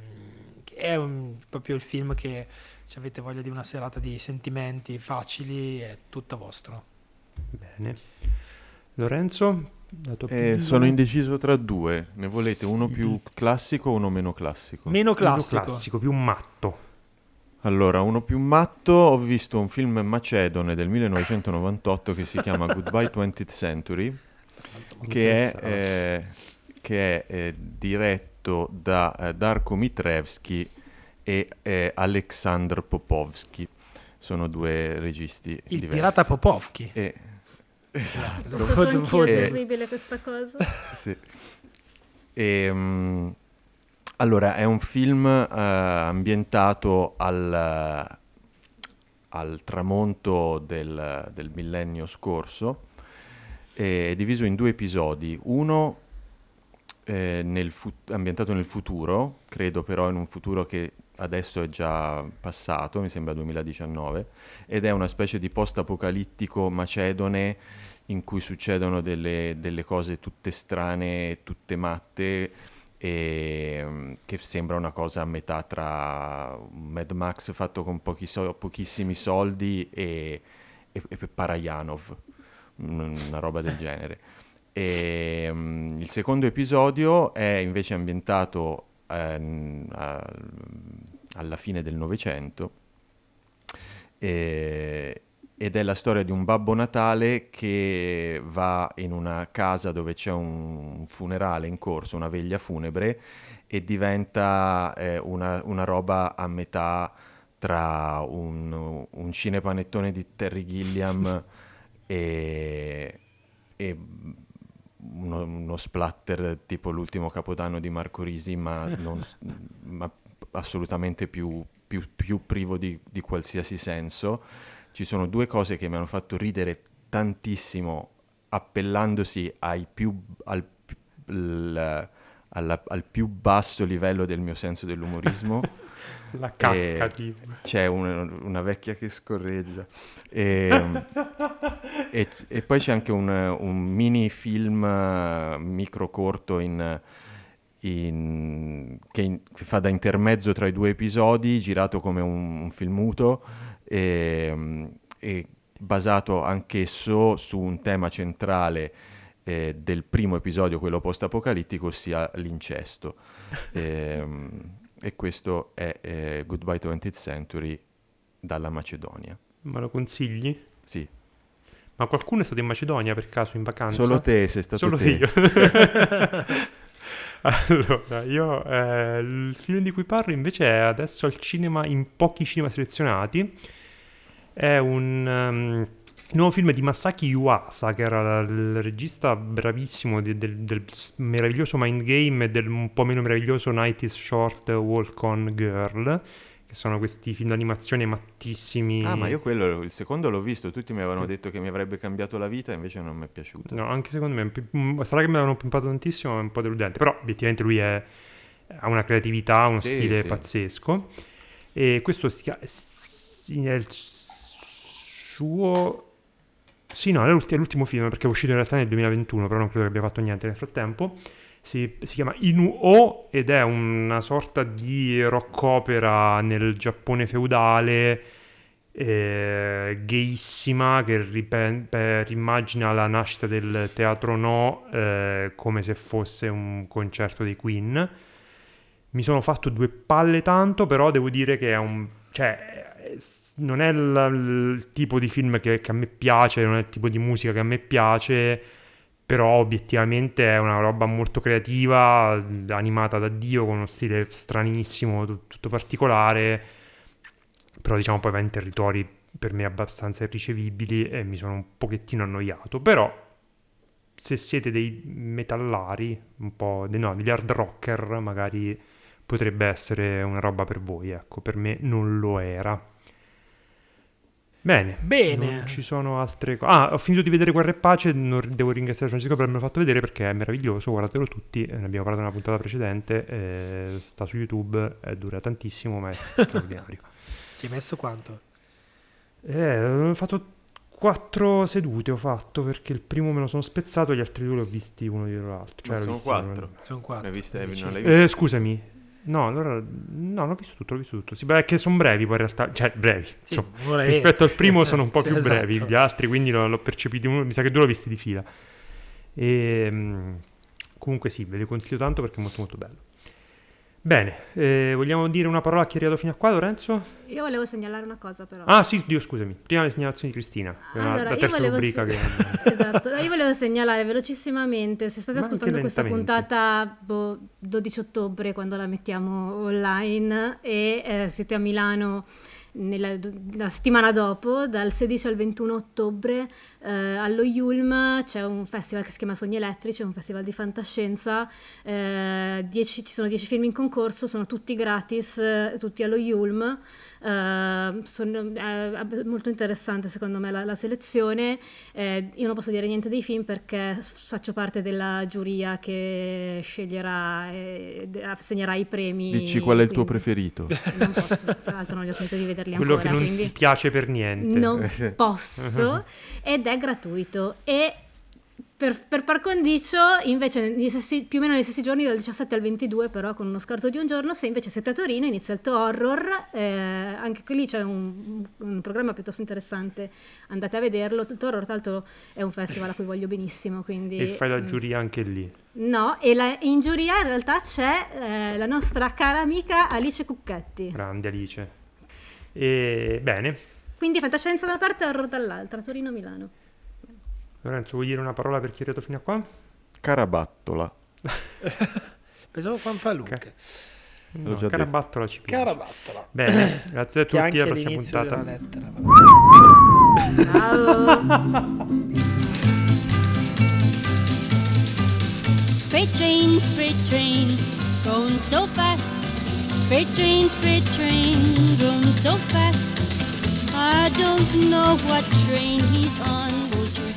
è proprio il film che, se avete voglia di una serata di sentimenti facili, è tutta vostro. Bene. Lorenzo, la tua pillola? Sono indeciso tra due. Ne volete uno più classico o uno meno classico? Meno Quello classico. classico, più matto. Allora, uno più matto, ho visto un film macedone del 1998 che si chiama Goodbye 20th Century, che è diretto da Darko Mitrevski e Aleksandr Popovsky. Sono due registi Il diversi. pirata Popovsky. Esatto. Lo so anch'io, è E- terribile questa cosa. Sì. Allora, è un film ambientato al tramonto del millennio scorso, è diviso in 2 episodi. Uno ambientato nel futuro, credo però in un futuro che adesso è già passato, mi sembra 2019, ed è una specie di post-apocalittico macedone in cui succedono delle cose tutte strane, tutte matte, e che sembra una cosa a metà tra Mad Max fatto con pochissimi soldi e Parajanov, una roba del genere. Il secondo episodio è invece ambientato alla fine del Novecento, e ed è la storia di un Babbo Natale che va in una casa dove c'è un funerale in corso, una veglia funebre, e diventa una roba a metà tra un cinepanettone di Terry Gilliam e uno splatter tipo l'ultimo Capodanno di Marco Risi, ma assolutamente più privo di qualsiasi senso. Ci sono due cose che mi hanno fatto ridere tantissimo, appellandosi al più basso livello del mio senso dell'umorismo. La cacca tipo. C'è una vecchia che scorreggia e poi c'è anche un mini film micro corto che fa da intermezzo tra i due episodi, girato come un film muto e basato anch'esso su un tema centrale del primo episodio, quello post-apocalittico, ossia l'incesto. E questo è Goodbye 20th Century dalla Macedonia. Me lo consigli? Sì. Ma qualcuno è stato in Macedonia per caso in vacanza? Solo te, sei stato Solo te. io. Allora, io il film di cui parlo invece è adesso al cinema, in pochi cinema selezionati. È un nuovo film di Masaki Yuasa, che era il regista bravissimo del meraviglioso Mind Game e del un po' meno meraviglioso 90's Short Walk On Girl, che sono questi film d'animazione mattissimi. Ah, ma io quello, il secondo l'ho visto, tutti mi avevano detto che mi avrebbe cambiato la vita, invece non mi è piaciuto. No, anche secondo me, sarà che me l'hanno pimpato tantissimo, è un po' deludente, però obiettivamente lui ha una creatività, uno stile pazzesco, e questo è il suo... Sì, no, è l'ultimo film, perché è uscito in realtà nel 2021, però non credo che abbia fatto niente nel frattempo. Si chiama Inu-Oh ed è una sorta di rock opera nel Giappone feudale, gayissima, che immagina la nascita del teatro No come se fosse un concerto dei Queen. Mi sono fatto due palle tanto, però devo dire che è non è il tipo di film che a me piace, non è il tipo di musica che a me piace, però obiettivamente è una roba molto creativa, animata da Dio, con uno stile stranissimo, tutto particolare, però diciamo poi va in territori per me abbastanza irricevibili e mi sono un pochettino annoiato. Però se siete dei metallari, un po' degli hard rocker, magari potrebbe essere una roba per voi, ecco, per me non lo era. Bene. Non ci sono altre cose. Ho finito di vedere Guerra e Pace, devo ringraziare Francesco per avermelo fatto vedere, perché è meraviglioso, guardatelo tutti, ne abbiamo parlato nella puntata precedente, sta su YouTube, dura tantissimo, ma è straordinario. Ci hai messo quanto? Ho fatto 4 sedute, perché il primo me lo sono spezzato, gli altri due li ho visti uno dietro l'altro. Cioè, sono 4. Sono 4. Non l'hai visto? Scusami. No, allora l'ho visto tutto. Sì, beh, è che sono brevi poi in realtà, cioè brevi, sì, insomma, rispetto al primo sono un po' più esatto. brevi, gli altri quindi l'ho percepito, mi sa che 2 l'ho visti di fila. Comunque sì, ve li consiglio tanto perché è molto molto bello. Bene, vogliamo dire una parola a chi è arrivato fino a qua, Lorenzo? Io volevo segnalare una cosa però. Ah sì, Dio, scusami, prima le segnalazioni di Cristina, Allora, la terza rubrica che... Esatto, io volevo segnalare velocissimamente, se state ascoltando questa puntata 12 ottobre quando la mettiamo online e siete a Milano la settimana dopo, dal 16 al 21 ottobre allo Yulm c'è un festival che si chiama Sogni Elettrici, è un festival di fantascienza, ci sono 10 film in concorso, sono tutti gratis, tutti allo Yulm. È molto interessante secondo me la selezione. Io non posso dire niente dei film perché faccio parte della giuria che sceglierà e assegnerà i premi. Dici qual è il tuo preferito? Non posso, tra l'altro non li ho finito di vederli quello ancora, che non ti piace per niente. Non posso, ed è gratuito. E per par condicio, invece, più o meno nei stessi giorni, dal 17 al 22, però con uno scarto di un giorno, se invece siete a Torino, inizia il To Horror, anche lì c'è un programma piuttosto interessante, andate a vederlo. Il To Horror, tra l'altro, è un festival a cui voglio benissimo, quindi... E fai la giuria anche lì? No, e in giuria in realtà c'è la nostra cara amica Alice Cucchetti. Grande Alice. Bene, Quindi fantascienza da una parte e horror dall'altra, Torino-Milano. Lorenzo, vuoi dire una parola per chi è arrivato fino a qua? Carabattola. Pensavo fanfaluche. No, già Carabattola ci piace. Carabattola. Bene, grazie a Che tutti, anche alla prossima l'inizio puntata. della lettera. Ciao! Freight train, going so fast. Freight train, going so fast. I don't know what train he's on. Won't you